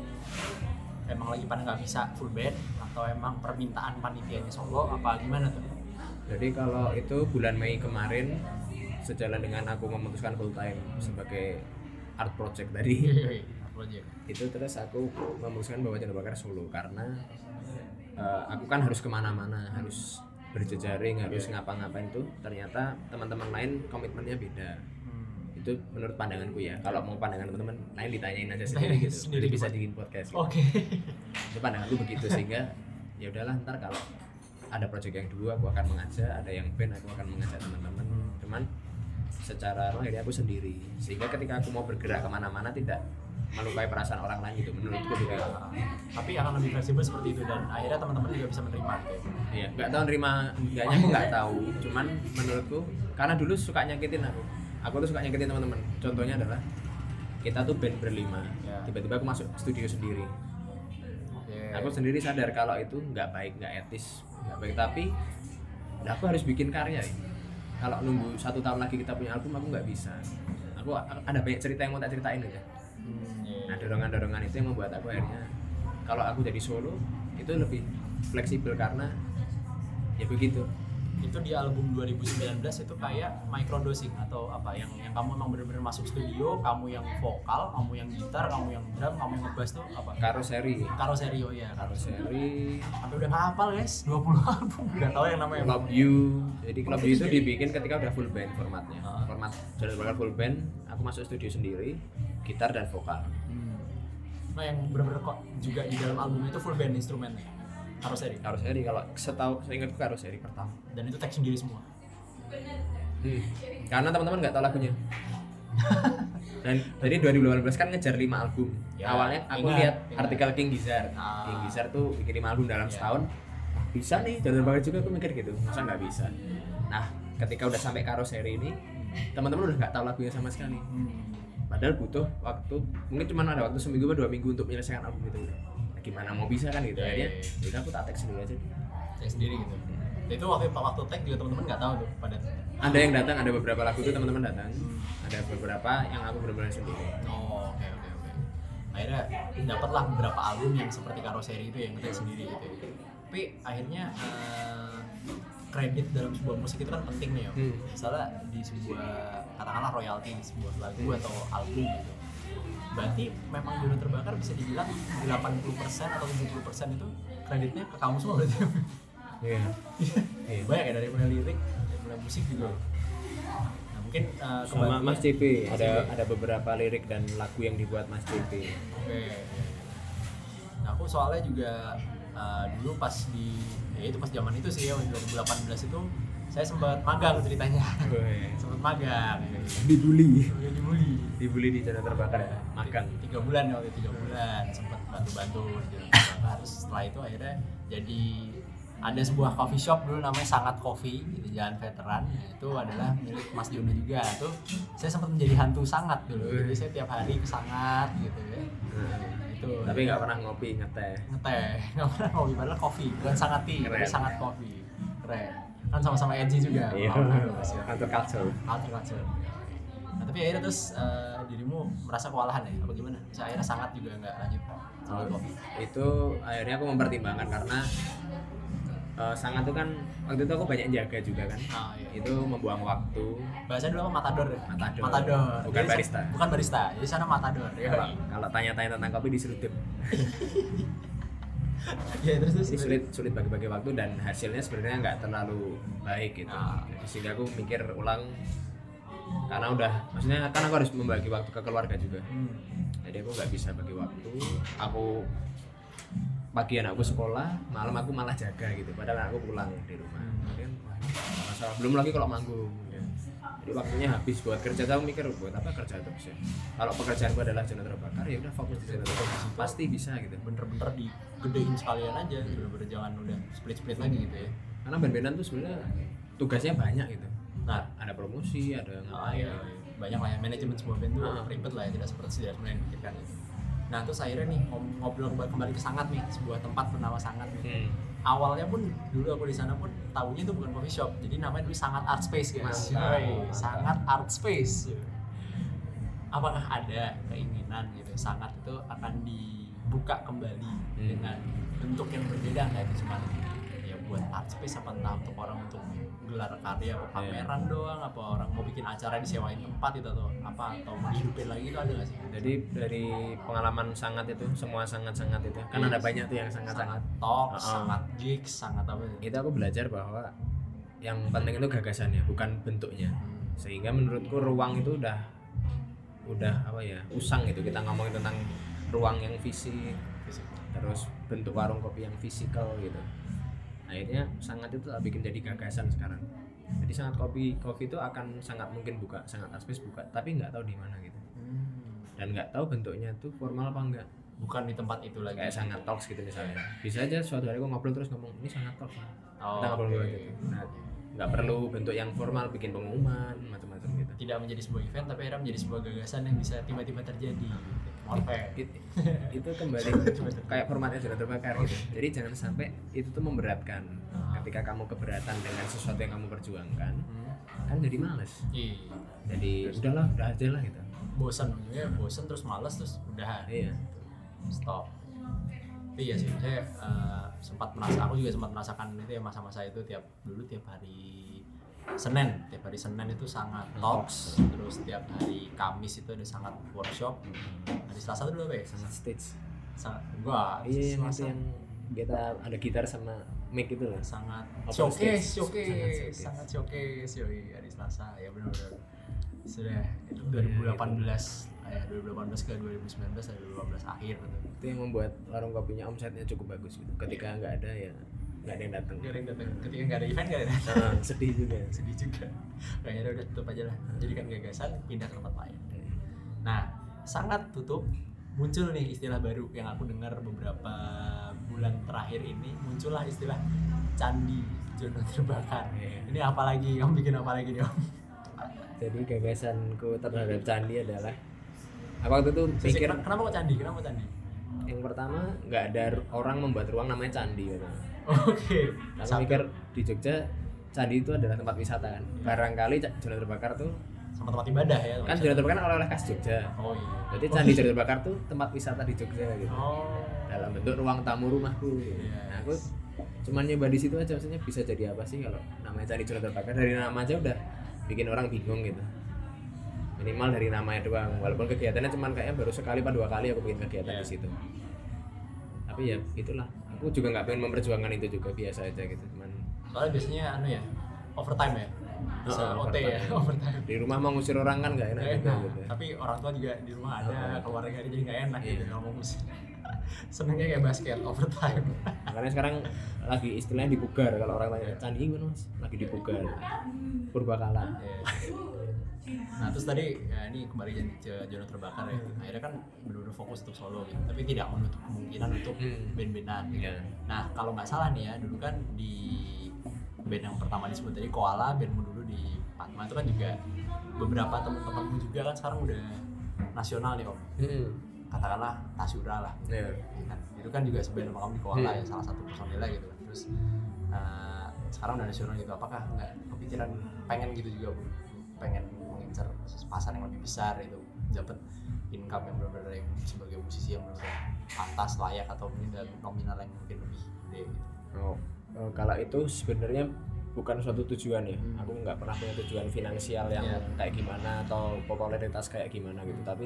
lagi pada nggak bisa full band atau emang permintaan panitianya solo apa gimana tuh? Jadi kalau itu bulan Mei kemarin sejalan dengan aku memutuskan full time sebagai art project tadi. Itu terus aku memutuskan bahwa Jalur Terbakar solo karena aku kan harus kemana-mana, harus berjejaring, harus ngapa-ngapain tuh. Ternyata teman-teman lain komitmennya beda. Itu menurut pandanganku ya. Kalau mau pandangan teman-teman lain ditanyain aja sendiri gitu. Jadi bisa bikin podcast. Gitu. Oke. Itu pandanganku begitu, sehingga ya udahlah, ntar kalau ada project yang dua aku akan mengajak, ada yang band aku akan mengajak teman-teman. Cuman secara akhirnya aku sendiri, sehingga ketika aku mau bergerak kemana-mana tidak melukai perasaan orang lain gitu menurutku juga. Tapi akan lebih fleksibel seperti itu dan akhirnya teman-teman juga bisa menerima gitu. Iya, nggak tahu nerima enggaknya aku nggak tahu. Cuman menurutku karena dulu suka nyakitin aku tuh suka nyakitin teman-teman. Contohnya adalah kita tuh band berlima, tiba-tiba aku masuk studio sendiri. Aku sendiri sadar kalau itu nggak baik, nggak etis, nggak baik. Tapi aku harus bikin karya ya. Kalau nunggu 1 tahun lagi kita punya album aku nggak bisa. Aku ada banyak cerita yang mau tak ceritain gitu. Nah dorongan-dorongan itu yang membuat aku akhirnya kalau aku jadi solo itu lebih fleksibel karena ya begitu. Itu di album 2019 itu kayak microdosing atau apa yang kamu emang bener-bener masuk studio, kamu yang vokal, kamu yang gitar, kamu yang drum, kamu yang ngebass tuh apa? Karoseri Oh ya, Karoseri. Sampai udah nggak hafal guys, 20 album nggak tahu yang namanya. Club You. Jadi Club You itu dibikin ketika udah full band formatnya. Format Jalur Terbakar full band, aku masuk studio sendiri, gitar dan vokal. Nah yang bener-bener kok juga di dalam album itu full band instrumennya. Karoseri kalau seingatku Karoseri pertama. Dan itu tag sendiri semua. Karena teman-teman nggak tahu lagunya. Dan jadi 2018 kan ngejar 5 album. Awalnya aku lihat artikel King Gizzard. King Gizzard tuh bikin 5 album dalam setahun. Bisa nih, Jalur Terbakar juga aku mikir gitu. Masa nggak bisa? Nah, ketika udah sampai Karoseri ini, teman-teman udah nggak tahu lagunya sama sekali. Padahal butuh waktu, mungkin cuma ada waktu seminggu atau 2 minggu untuk menyelesaikan album itu. Gimana mau bisa kan gitu. Akhirnya jadi aku tak tag sendiri aja. Tag sendiri gitu. Itu waktu tag juga teman-teman nggak tahu tuh pada. Ada yang datang, ada beberapa lagu tuh teman-teman datang. Ada beberapa yang aku benar-benar sendiri. Oh, oke. Akhirnya dapatlah beberapa album yang seperti Karoseri itu yang nge-tag sendiri gitu. Tapi akhirnya kredit dalam sebuah musik itu kan penting nih ya. Misalnya di sebuah katakanlah royalti di sebuah lagu atau album gitu. berarti memang Jono Terbakar bisa dibilang 80% atau 70% itu kreditnya ke kamu semua berarti. Iya. Banyak ya, dari mulai lirik, dari mulai musik juga. Nah, mungkin Sama Mas CP Mas ada beberapa lirik dan lagu yang dibuat Mas CP. Oke. Nah, aku soalnya juga dulu pas ya itu pas zaman itu sih ya, 2018 itu saya sempat magang ceritanya. Sempat magang. Dibully Dibully di Jono Terbakar ya, magang 3 bulan ya, waktu 3 bulan sempat bantu-bantu di Jono Terbakar. Terus setelah itu akhirnya jadi ada sebuah coffee shop dulu namanya Sangat Coffee di Jalan Veteran. Itu adalah milik Mas Jono juga. Tuh saya sempat menjadi hantu Sangat dulu. Jadi saya tiap hari ke Sangat gitu ya. Itu. Tapi nggak pernah ngopi ngeteh, nggak pernah ngopi, padahal kopi bukan Sangat tea, tapi Sangat Coffee. Keren. Kan sama-sama edgy juga. Iya. Kantor culture. Nah, tapi akhirnya terus dirimu merasa kewalahan ya? Apa gimana? Bisa akhirnya Sangat juga nggak lanjut Sangat Coffee? Itu akhirnya aku mempertimbangkan karena Sangat itu kan waktu itu aku banyak jaga juga kan. Iya. Itu membuang waktu. Bahasa dulu apa Matador ya? Matador. Bukan Jadi, barista. Bukan barista. Jadi sana Matador. Ya. Kalau tanya-tanya tentang kopi diserudip. Ya terus Jadi sulit bagi-bagi waktu dan hasilnya sebenarnya nggak terlalu baik gitu. Jadi sehingga aku mikir ulang karena maksudnya kan aku harus membagi waktu ke keluarga juga. Jadi aku nggak bisa bagi waktu. Aku pagi anakku sekolah, malam aku malah jaga gitu. Padahal aku pulang di rumah. Kemudian masalah belum lagi kalau manggung. Ya. Jadi waktunya habis buat kerja. Aku mikir buat apa kerja terus ya. Kalau pekerjaanku adalah Jono Terbakar ya udah fokus di Jono Terbakar. Pasti bisa gitu. Bener-bener digedein sekalian aja. Bener-bener jangan udah split lagi gitu ya. Karena band-bandan tuh sebenarnya tugasnya banyak gitu. Nah, ada promosi, ada ngapain. Iya. Banyak lah ya, manajemen sebuah band tuh ribet lah ya, tidak seperti sebenarnya dipikirkan itu. Nah terus akhirnya nih ngobrol kembali ke Sangat nih, sebuah tempat bernama Sangat nih. Awalnya pun dulu aku di sana pun tahunya itu bukan coffee shop, jadi namanya dulu Sangat Art Space guys. Sangat Art Space. Apakah ada keinginan gitu Sangat itu akan dibuka kembali dengan bentuk yang berbeda, kayak itu cuma ya buat art space apa entah untuk orang untuk gelar karya atau pameran doang, apa orang mau bikin acara disewain tempat itu atau apa, atau mau dihidupin lagi itu ada nggak sih? Jadi dari pengalaman Sangat itu semua sangat itu kan ada banyak tuh yang sangat talk, sangat gigs, sangat apa itu aku belajar bahwa yang penting itu gagasannya bukan bentuknya. Sehingga menurutku ruang itu udah apa ya, usang gitu. Kita ngomongin tentang ruang yang fisik, terus bentuk warung kopi yang fisikal gitu. Akhirnya Sangat itu bikin jadi gagasan sekarang. Jadi Sangat kopi itu akan sangat mungkin buka, Sangat Aspes buka, tapi nggak tahu di mana gitu. Dan nggak tahu bentuknya tuh formal apa enggak. Bukan di tempat itu lagi. Kayak Sangat Talks gitu misalnya. Bisa aja suatu hari aku ngobrol terus ngomong ini Sangat Talks. Kita ngobrol dulu aja. Nah, nggak perlu bentuk yang formal, bikin pengumuman macam-macam gitu. Tidak menjadi sebuah event, tapi akhirnya menjadi sebuah gagasan yang bisa tiba-tiba terjadi. Itu kembali kayak formatnya Jono Terbakar gitu. Jadi jangan sampai itu tuh memberatkan. Ketika kamu keberatan dengan sesuatu yang kamu perjuangkan, kan jadi males. Jadi udah aja lah gitu. Bosan terus males terus udah. Iya. Stop. Iya sih, saya aku juga sempat merasakan itu ya, masa-masa itu tiap hari Senin itu Sangat Talks, terus tiap hari Kamis itu ada Sangat Workshop, hari Selasa itu dulu apa ya? Sangat Stage. Iya yang itu yang kita ada gitar sama mic itu lah. Sangat showcase, Sangat showcase, yoi, hari Selasa ya benar-benar. Sudah itu 2018 ya, 2018 ke 2019 ada 2018 akhir gitu. Itu yang membuat warung kopinya omsetnya cukup bagus gitu. Ketika nggak ada ya nggak ada yang datang. Ketika nggak ada event nggak ada yang datang. Sedih juga. Kayaknya udah tutup aja lah. Jadikan gagasan pindah ke tempat lain. Nah, Sangat tutup, muncul nih istilah baru yang aku dengar beberapa bulan terakhir ini, muncullah istilah Candi Jono Terbakar. Ini apa lagi? Kamu bikin apa lagi nih Om? Jadi gagasanku terhadap candi adalah waktu itu pikir kenapa kok candi? Yang pertama nggak ada orang membuat ruang namanya candi gitu. Oke. Aku mikir di Jogja candi itu adalah tempat wisata kan. Barangkali Jono Terbakar tuh sama tempat ibadah ya. Kan Jono Terbakar oleh-oleh khas Jogja. Oh iya. Jadi candi Jono Terbakar tuh tempat wisata di Jogja gitu. Dalam bentuk ruang tamu rumahku. Nah, aku cuman nyoba di situ aja, maksudnya bisa jadi apa sih kalau namanya candi Jono Terbakar, dari nama aja udah bikin orang bingung gitu. minimal dari namanya doang, walaupun kegiatannya cuman kayaknya baru sekali atau 2 kali aku bikin kegiatan di situ. Tapi ya itulah, aku juga nggak pengen memperjuangkan itu juga, biasa aja gitu, cuman Soalnya biasanya ya overtime ya. Bisa OT ya, overtime. overtime. Di rumah mau ngusir orang kan nggak enak Nggak juga enak. gitu. Tapi orang tua juga di rumah ada, keluarga jadi nggak enak gitu Iya. ngomong. Senengnya kayak basket overtime. Makanya sekarang lagi istilahnya dipugar, kalau orang tanya candi gimana mas, lagi dipugar, purbakala. Iya. Nah terus tadi ya ini kembali ke Jono Terbakar ya. Akhirnya kan benar-benar fokus untuk solo gitu, tapi tidak menutup kemungkinan untuk band-bandan gitu. Iya. Nah kalau nggak salah nih ya, dulu kan di band yang pertama disebut tadi Koala, bandmu dulu di Padma itu kan juga beberapa teman-temanmu juga kan sekarang udah nasional nih om. Katakanlah Tasyura lah. Iya. Ya kan? Itu kan juga sebenarnya sama kamu di Koala ya, salah satu personilnya gitu kan. Terus sekarang udah nasional gitu, apakah nggak kepikiran pengen gitu juga Bu? Pengen mengincar pasar yang lebih besar itu, dapat income yang benar-benar yang sebagai musisi yang benar-benar pantas, layak, atau mungkin dalam nominal yang mungkin lebih gede gitu. Kalau itu sebenarnya bukan suatu tujuan ya. Aku nggak pernah punya tujuan finansial yang kayak gimana atau popularitas kayak gimana gitu. Tapi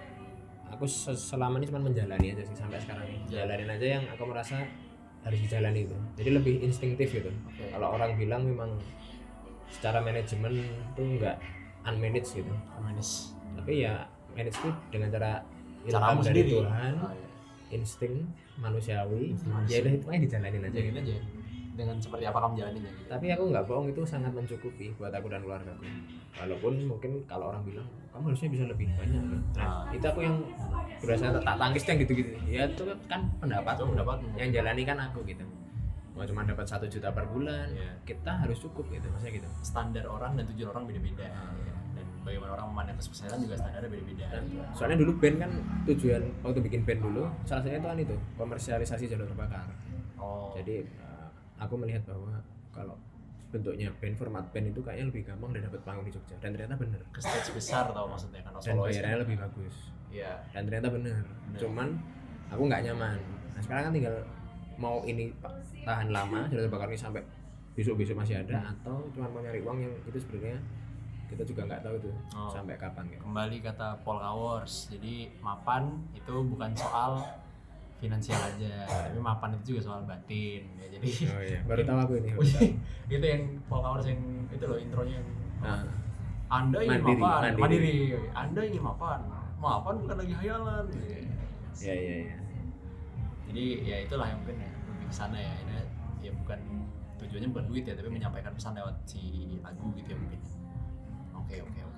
aku selama ini cuma menjalani aja sih sampai sekarang ini. Jalanin aja yang aku merasa harus dijalani itu. Jadi lebih instingtif gitu. Kalau orang bilang memang secara manajemen tuh nggak unmanaged gitu. Manis. Tapi ya manage itu dengan cara Caramu ilham dari sendiri. Tuhan, Oh, iya. insting manusiawi. Insting Ya udah itu aja dijalanin aja Jalanin gitu. aja dengan seperti apa kamu jalaninnya gitu. Tapi aku nggak bohong, itu sangat mencukupi buat aku dan keluargaku. Walaupun mungkin kalau orang bilang kamu harusnya bisa lebih banyak loh. Nah, itu aku yang berasa tak tangkis yang gitu-gitu. Ya itu kan pendapat, Itu pendapatmu. yang jalani kan aku gitu. Mau cuma dapat 1 juta per bulan, Iya. kita harus cukup gitu, maksudnya gitu. Standar orang dan tujuan orang beda-beda. Ya. Dan bagaimana orang memandang kesuksesan juga standarnya beda-beda. Soalnya dulu band kan tujuan waktu bikin band dulu, salah satunya itu kan itu komersialisasi Jalur Terbakar. Oh. Jadi aku melihat bahwa kalau bentuknya band, format band itu kayaknya lebih gampang dan dapat panggung di Jogja, dan ternyata bener. Ke stage besar tau maksudnya kan Dan solois. bayarannya lebih bagus. Iya. Dan ternyata bener. Cuman aku nggak nyaman. Nah sekarang kan tinggal mau ini tahan lama Jalur Terbakar ini sampai besok masih ada, atau cuma mau nyari uang yang itu sebenarnya kita juga nggak tahu tuh sampai kapan gitu. Kembali kata Paul Kawors, jadi mapan itu bukan soal finansial aja, tapi mapan itu juga soal batin ya. Jadi Oh iya, baru tahu aku ini. Baru tahu. itu yang Paul Kawors yang itu loh intronya yang Nah, Anda ingin Mandiri, mapan, mandiri. mandiri. Anda ingin mapan bukan lagi hayalan. iya. Jadi ya itulah yang mungkin ya lebih kesana ya. Ini ya bukan tujuannya bukan duit ya, tapi menyampaikan pesan lewat si lagu gitu ya mungkin. Oke.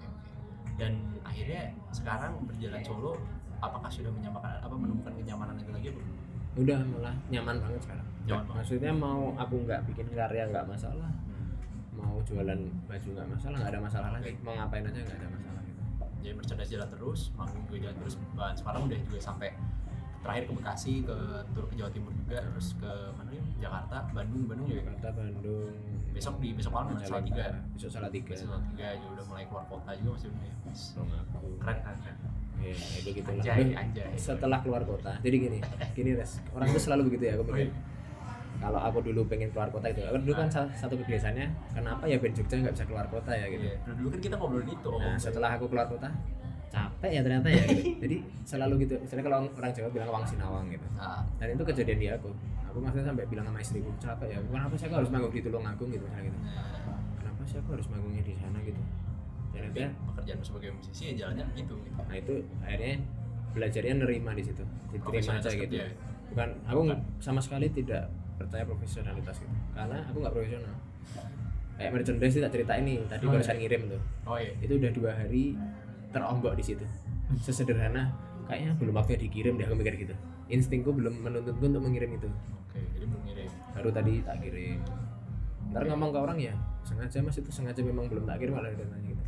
Dan akhirnya sekarang berjalan solo, apakah sudah menemukan kenyamanan itu lagi? Udah malah nyaman banget sekarang. Nyaman banget. Maksudnya mau aku nggak bikin karya nggak masalah, mau jualan baju nggak masalah, nggak ada masalah lagi. Mau ngapain aja nggak ada masalah gitu. Jadi merchandise jalan terus, manggung juga jalan terus. Bahkan sekarang udah juga sampai terakhir ke Bekasi, ke tur ke Jawa Timur juga, terus ke mana nih? Jakarta, Bandung juga. Jakarta, Bandung. Besok malam Salatiga. Besok Salatiga. Salatiga juga udah mulai keluar kota juga masih udah ya. Belum aku. Keren. Ya, itu gitu lah. Anjay. Setelah keluar kota, jadi gini Res, orang itu selalu begitu ya, aku mikir. Kalau aku dulu pengen keluar kota itu, aku dulu kan satu kebiasaannya, kenapa ya band Jogja nggak bisa keluar kota ya gitu. Iya. Dulu kan kita ngobrolin itu. Nah, setelah aku keluar kota, capek ya ternyata ya gitu. Jadi selalu gitu. Misalnya kalau orang Jawa bilang Wang Sinawang gitu. Nah, Dan itu kejadian di aku. Aku maksudnya sampai bilang sama istriku, capek ya. Kenapa sih aku harus manggung di Tulungagung gitu misalnya gitu. Kenapa sih aku harus manggungnya di sana gitu. Ternyata pekerjaan sebagai musisi ya jalannya gitu. nah itu akhirnya belajarnya nerima di situ. Diterima aja Profesionalitas gitu. kerja ya? Bukan, aku sama sekali tidak percaya profesionalitas gitu. Karena aku nggak profesional. Kayak merchandise tak cerita ini tadi barusan ngirim tuh. Oh iya. Itu udah 2 hari terombak di situ. Sesederhana kayaknya belum waktunya dikirim deh, aku mikir gitu. Instingku belum menuntutku untuk mengirim itu. Oke, jadi belum ngirim. Baru tadi tak kirim. Ntar ngomong ke orang ya, sengaja mas, itu sengaja memang belum tak kirim, malah dia nanya gitu.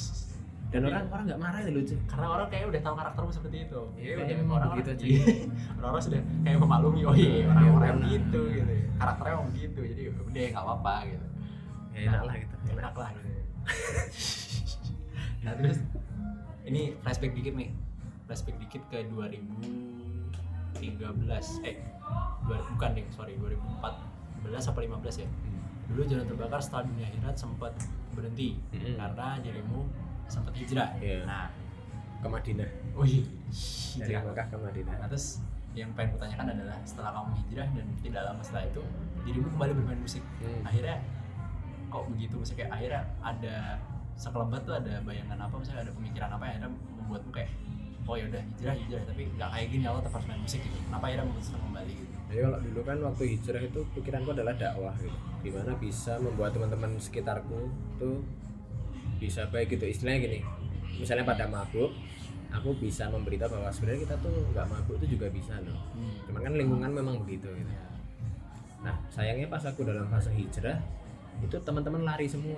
Dan orang nggak marah itu lucu. Karena orang kayaknya udah tahu karaktermu seperti itu. Iya, Jadi memang orang-orang begitu aja. orang-orang sudah kayak memaklumi, oh iya orang-orang yang gitu gitu. Karakternya emang gitu, jadi udah nggak apa-apa gitu. Ya enak lah gitu. Enak lah gitu. Nah terus ini flashback dikit nih. Flashback dikit ke 2013. Bukan deh, sorry 2014 apa 15 ya. Dulu Jalan Terbakar setelah dunia akhirat sempat berhenti karena dirimu sempat hijrah. Iya. Nah, Ke Madinah. oh iya, Dari hijrah. Mekah ke Madinah. Nah, terus yang pengen kutanyakan adalah setelah kamu hijrah dan tidak lama setelah itu dirimu kembali bermain musik. Akhirnya kok begitu, misalnya kayak akhirnya ada sekelebat tuh ada bayangan apa, misalnya ada pemikiran apa yang akhirnya membuatmu kayak oh ya udah hijrah tapi nggak kayak gini, Allah tetap harus main musik gitu. Kenapa akhirnya memutuskan kembali gitu? Jadi kalau dulu kan waktu hijrah itu pikiranku adalah dakwah gitu. Gimana bisa membuat teman-teman sekitarku tuh bisa baik gitu, istilahnya gini. Misalnya pada mabuk, aku bisa memberitahu bahwa sebenarnya kita tuh nggak mabuk itu juga bisa loh. Cuman kan lingkungan memang begitu gitu. Nah sayangnya pas aku dalam fase hijrah itu teman-teman lari semua.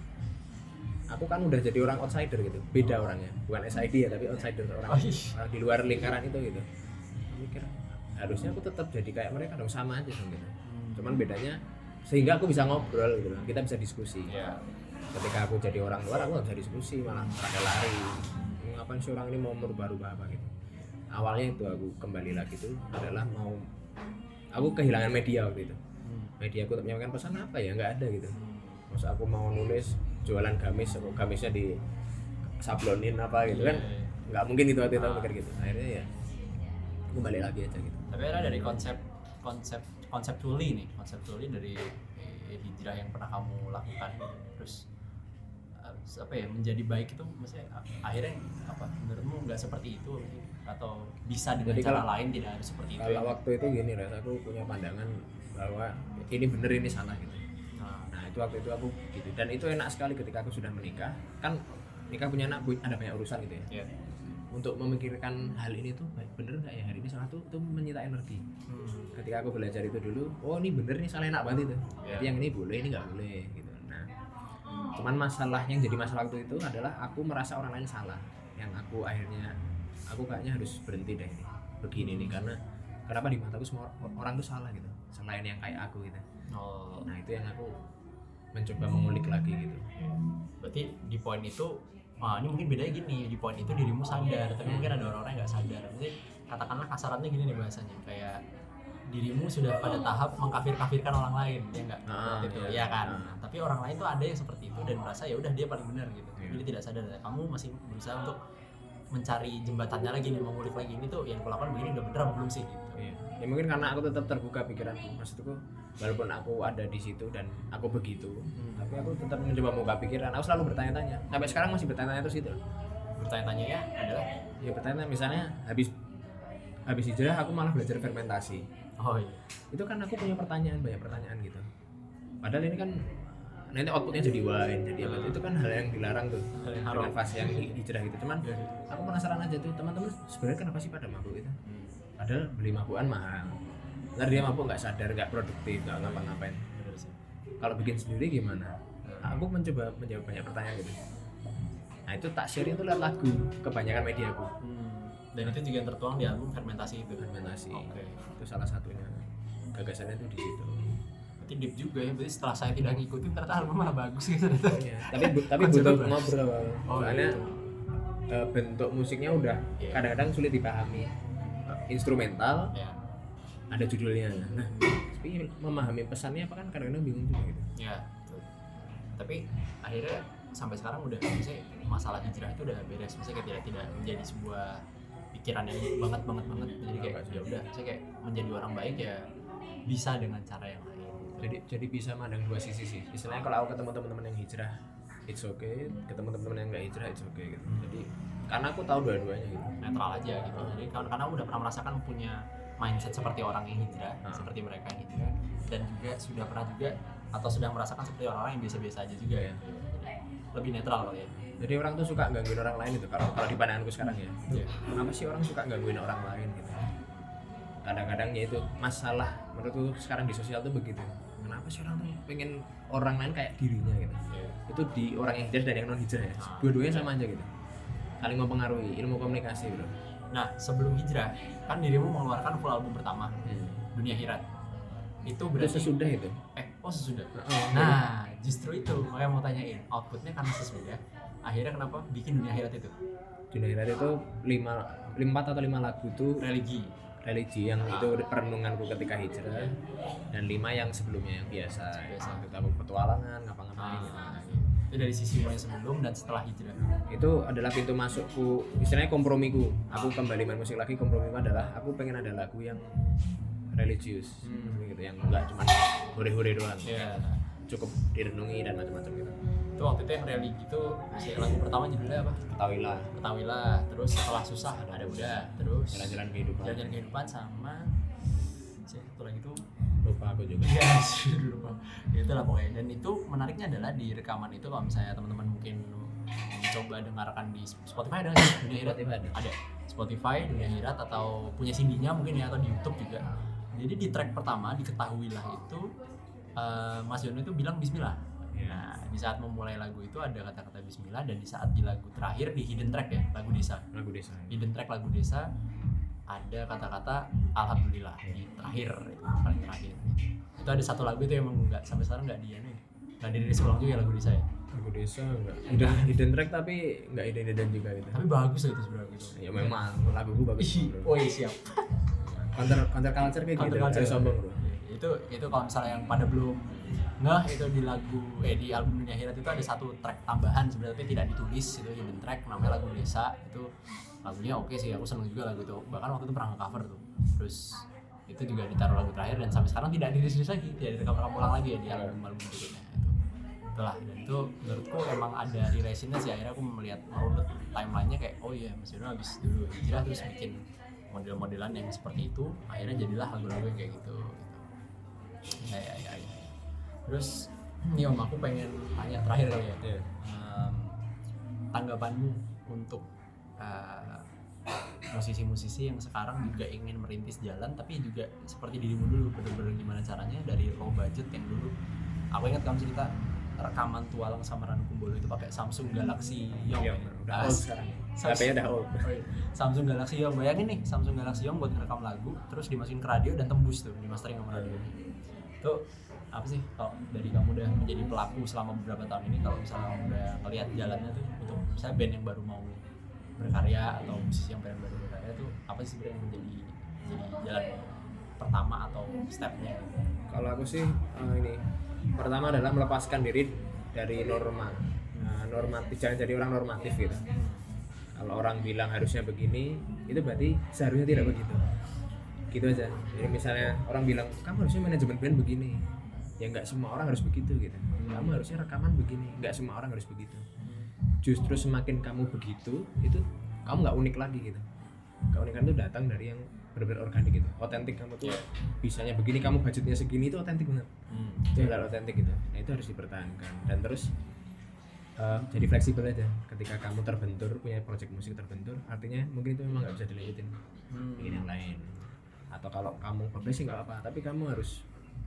Aku kan udah jadi orang outsider gitu, beda orangnya, bukan SID ya tapi outsider, orang di luar lingkaran itu gitu. Aku mikir harusnya aku tetap jadi kayak mereka dong, sama aja dong gitu. Cuman bedanya sehingga aku bisa ngobrol gitu, kita bisa diskusi. Ketika aku jadi orang luar aku nggak bisa diskusi, malah pada lari. Ngapain sih orang ini mau merubah-rubah apa gitu. Awalnya itu aku kembali lagi tuh adalah mau, aku kehilangan media waktu itu. Media aku menyampaikan pesan apa ya nggak ada gitu. Masa aku mau nulis jualan gamis, aku gamisnya di sablonin apa gitu kan nggak mungkin itu waktu itu aku mikir gitu. Akhirnya ya kembali lagi aja gitu. Tapi ada dari konseptually dari hijrah yang pernah kamu lakukan, terus apa ya menjadi baik itu maksudnya akhirnya apa menurutmu nggak seperti itu atau bisa dengan jadi cara lain tidak harus seperti itu? Kalau waktu itu gini Ras, aku punya pandangan bahwa ini bener ini salah gitu. Nah itu waktu itu aku gitu, dan itu enak sekali ketika aku sudah menikah kan, nikah punya anak ada banyak urusan gitu ya. Untuk memikirkan hal ini tuh bener nggak ya, hari ini salah tuh itu menyita energi. Ketika aku belajar itu dulu, oh ini bener ini salah, enak banget itu. Jadi yang ini boleh ini nggak boleh gitu. Nah cuman masalah yang jadi masalah waktu itu adalah aku merasa orang lain salah, yang aku akhirnya aku kayaknya harus berhenti deh ini begini nih, karena kenapa di mataku semua orang tuh salah gitu selain yang kayak aku gitu. Nah itu yang aku mencoba mengulik lagi gitu. Berarti di poin itu ini mungkin bedanya gini, di poin itu dirimu sadar, tapi mungkin ada orang-orang yang nggak sadar. Berarti katakanlah kasarannya gini nih bahasanya, kayak dirimu sudah pada tahap mengkafir-kafirkan orang lain, ya enggak? Gitu, ya kan? Tapi orang lain tuh ada yang seperti itu dan merasa ya udah dia paling benar gitu. Jadi tidak sadar, kamu masih berusaha untuk mencari jembatannya lagi nih, mengulik lagi ini tuh yang kulakukan begini udah bener belum sih gitu. Ya mungkin karena aku tetap terbuka pikiranku, maksudku walaupun aku ada di situ dan aku begitu, tapi aku tetap mencoba membuka pikiran. Aku selalu bertanya-tanya, sampai sekarang masih bertanya-tanya terus itu. Bertanya-tanya ya adalah ya bertanya, misalnya habis hijrah aku malah belajar fermentasi. Itu kan aku punya pertanyaan, banyak pertanyaan gitu. Padahal ini kan nanti outputnya jadi wine, jadi apa, itu kan hal yang dilarang tuh dengan fase yang hijrah gitu. Cuman aku penasaran aja tuh, teman-teman sebenarnya kenapa sih pada mabuk itu? Padahal beli mabukan mahal, ntar dia mabuk nggak sadar, nggak produktif, nggak ngapa-ngapain. Kalau bikin sendiri gimana? Aku mencoba menjawab banyak pertanyaan gitu. Nah itu tak share itu lewat lagu, kebanyakan media aku. Dan itu juga yang tertuang di album fermentasi itu. Itu salah satunya, gagasannya tuh di situ. Berarti deep juga ya, berarti setelah saya tidak ngikutin ternyata album malah bagus gitu. Tapi butuh ngobrol, soalnya bentuk musiknya udah kadang-kadang sulit dipahami. Instrumental, ada judulnya. Nah, tapi memahami pesannya apa kan kadang-kadang bingung juga gitu. Betul. Tapi akhirnya sampai sekarang udah, misalnya masalah hijrah itu udah beres, misalnya kayak tidak menjadi sebuah pikiran yang banget, jadi kayak ya udah, saya kayak menjadi orang baik ya bisa dengan cara yang lain. Jadi bisa mandang dua sisi sih. Istilahnya kalau aku ketemu teman-teman yang hijrah, it's okay. Ketemu teman-teman yang nggak hijrah, it's okay gitu. Jadi karena aku tahu dua-duanya gitu. Netral aja gitu. Jadi karena aku udah pernah merasakan punya mindset seperti orang yang hijrah, seperti mereka yang hijrah, dan juga sudah pernah juga atau sedang merasakan seperti orang-orang yang biasa-biasa aja juga ya. Lebih netral kali ya. Jadi orang tuh suka gangguin orang lain itu kalau di pandanganku sekarang ya. Kenapa sih orang suka gangguin orang lain gitu? Kadang-kadang ya itu masalah menurutku sekarang di sosial tuh begitu. Kenapa sih orang tuh pengen orang lain kayak dirinya gitu? Itu di orang yang hijrah dan yang non hijrah ya. Dua-duanya sama aja gitu. Saling mempengaruhi, ilmu komunikasi bro. Nah sebelum hijrah kan dirimu mengeluarkan full album pertama, Dunia Akhirat. Itu berarti sesudah itu. Sesudah. Nah justru itu makanya mau tanyain, outputnya karena sesudah. Akhirnya kenapa bikin Dunia Akhirat itu? Dunia Akhirat itu 4 atau 5 lagu tuh religi yang itu perenunganku ketika hijrah, dan 5 yang sebelumnya yang biasa. Kita petualangan ngapa-ngapain gitu. Itu dari sisimu yang sebelum dan setelah hijrah. Itu adalah pintu masukku, istilahnya kompromiku. Aku kembali main musik lagi, kompromiku adalah aku pengen ada lagu yang religius gitu, yang enggak cuma hore-hore doang. Iya. Cukup direnungi dan macam-macam gitu. Itu waktu itu yang religi itu si lagu pertama judulnya apa? Ketahuilah. Terus setelah susah ada udah. Terus Jalan-jalan kehidupan sama satu lagi tuh lupa aku juga. Iya, lupa. Itulah pokoknya. Dan itu menariknya adalah di rekaman itu kalau misalnya teman-teman mungkin coba dengarkan di Spotify ada nggak sih? Dunia Hirat ada. Spotify, Dunia Hirat atau punya CD-nya mungkin ya, atau di YouTube juga. Jadi di track pertama di Ketahuilah itu Mas Yono itu bilang Bismillah. Nah, di saat memulai lagu itu ada kata-kata Bismillah, dan di saat di lagu terakhir di hidden track ya, lagu desa. Hidden track lagu desa ada kata-kata Alhamdulillah di terakhir, itu paling terakhir. Itu ada satu lagu itu yang nggak sampai sekarang nggak dirilis ulang juga lagu desa ya. Lagu desa enggak hidden track tapi enggak hidden juga gitu. Tapi bagus lah itu sebenarnya gitu. Ya memang laguku bagus. Oh iya siap. Counter culture kayak gitu. Dari sombong bro. Itu kalau misalnya yang pada belum itu di lagu di album Dunia Hirat itu ada satu track tambahan sebenarnya tapi tidak ditulis, itu hidden track namanya lagu desa. Itu lagunya oke sih, aku seneng juga lagu itu, bahkan waktu itu pernah nge-cover tuh. Terus itu juga ditaruh lagu terakhir dan sampai sekarang tidak dirilis lagi, tidak direkam ulang lagi ya di album berikutnya. Itulah, dan itu menurutku emang ada relationnya sih. Akhirnya aku melihat merunut timelinenya kayak oh iya Mas Yono habis dulu hijrah terus bikin model-modelan yang seperti itu, akhirnya jadilah lagu-lagu yang kayak gitu. Ya. Terus nih Om, aku pengen tanya terakhir kali ya. Tanggapanmu untuk musisi-musisi yang sekarang juga ingin merintis jalan tapi juga seperti dirimu dulu, bener-bener gimana caranya dari low budget yang dulu. Aku ingat kamu cerita rekaman Tualang sama Ranu Kumbolo itu pakai Samsung Galaxy Young. Udah old sekarang. HP-nya udah old. Samsung Galaxy Young, bayangin nih Samsung Galaxy Young buat ngerekam lagu terus dimasukin ke radio dan tembus tuh, di mastering sama radio. Itu apa sih kalau dari kamu udah menjadi pelaku selama beberapa tahun ini, kalau misalnya udah ngelihat jalannya tuh untuk misalnya band yang baru mau berkarya atau musisi yang baru berkarya tuh apa sih sebenarnya yang menjadi jalan pertama atau stepnya? Kalau aku sih ini pertama adalah melepaskan diri dari normatif, jangan jadi orang normatif gitu. Kalau orang bilang harusnya begini, itu berarti seharusnya tidak begitu. Gitu aja. Jadi misalnya orang bilang kamu harusnya manajemen band begini, ya nggak semua orang harus begitu gitu. Kamu harusnya rekaman begini, nggak semua orang harus begitu. Justru semakin kamu begitu, itu kamu nggak unik lagi gitu. Keunikan itu datang dari yang benar-benar organik gitu, otentik. Kamu tuh bisanya begini, kamu budgetnya segini, itu otentik banget. Itu adalah otentik gitu. Nah itu harus dipertahankan dan terus jadi fleksibel aja. Ketika kamu terbentur punya project musik terbentur, artinya mungkin itu memang nggak bisa dilanjutin, bikin yang lain. Atau kalau kamu publish nggak apa-apa, tapi kamu harus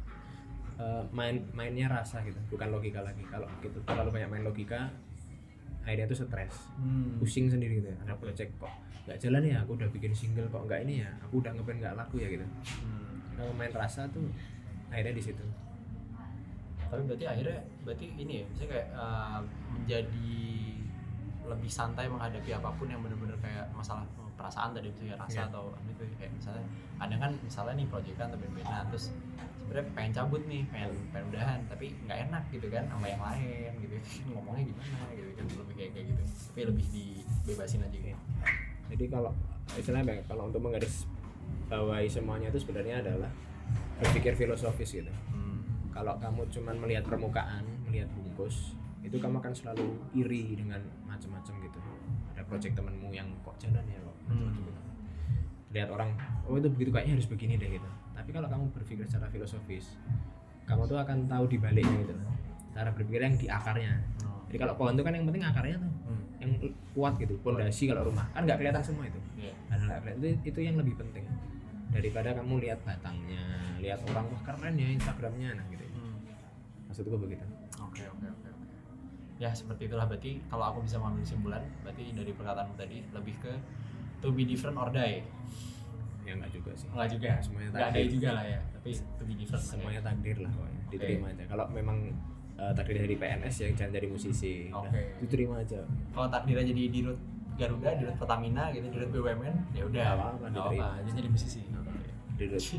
mainnya rasa gitu, bukan logika lagi. Kalau gitu terlalu banyak main logika, akhirnya tuh stres, pusing sendiri gitu. Ada project kok nggak jalan ya, aku udah bikin single kok nggak ini ya, aku udah ngeband nggak laku ya gitu. Kalau main rasa tuh akhirnya di situ. Tapi berarti ini ya, misalnya kayak menjadi lebih santai menghadapi apapun yang benar-benar kayak masalah perasaan tadi, misalnya rasa atau gitu kayak misalnya kadang kan misalnya nih proyekan atau band-bandan terus sebenarnya pengen cabut nih, pengen udahan tapi nggak enak gitu kan sama yang lain gitu, ngomongnya gimana gitu kan, lebih kayak gitu, tapi lebih dibebasin aja gitu. Jadi kalau istilahnya kalau untuk menggaris bawahi semuanya itu sebenarnya adalah berpikir filosofis gitu. Kalau kamu cuman melihat permukaan, melihat bungkus, itu kamu akan selalu iri dengan macam-macam gitu. Ada project temanmu yang kok jalan ya kok macam-macam gitu. Lihat orang, oh itu begitu kayaknya harus begini deh gitu. Tapi kalau kamu berpikir secara filosofis, kamu tuh akan tahu di baliknya gitu. Cara berpikir yang di akarnya. Jadi kalau pohon itu kan yang penting akarnya tuh yang kuat gitu, pondasi. Kalau rumah kan nggak kelihatan semua itu. Karena itu yang lebih penting daripada kamu lihat batangnya, lihat orang wah keren ya Instagramnya, nah gitu. Maksudku begitu. Oke. Ya seperti itulah, berarti kalau aku bisa mengambil kesimpulan, berarti dari perkataanmu tadi lebih ke to be different or die. Ya enggak juga sih. Enggak juga. Semuanya takdir. Enggak ada juga lah ya, tapi to be different. Semuanya takdir lah pokoknya. Diterima aja. Kalau memang takdir dari PNS ya jangan jadi musisi. Diterima aja. Kalau takdirnya jadi di Rut Garuda, di Rut Pertamina gitu, di Rut BUMN, ya udah. Apa diterima aja jadi musisi.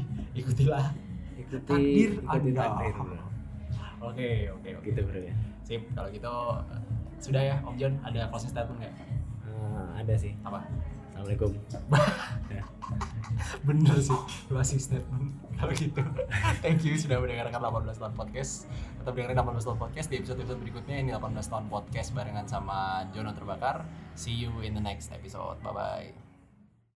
Ikuti takdir. Oke. Gitu bro ya. Sip, kalau gitu sudah ya Om John, ada closing statement nggak? Ada sih. Apa? Assalamualaikum. Ya. Bener sih, closing statement kalau gitu. Thank you sudah mendengarkan 18 tahun podcast. Tetap dengerin 18 tahun podcast di episode-episode berikutnya. Ini 18 tahun podcast barengan sama Jono Terbakar. See you in the next episode. Bye bye.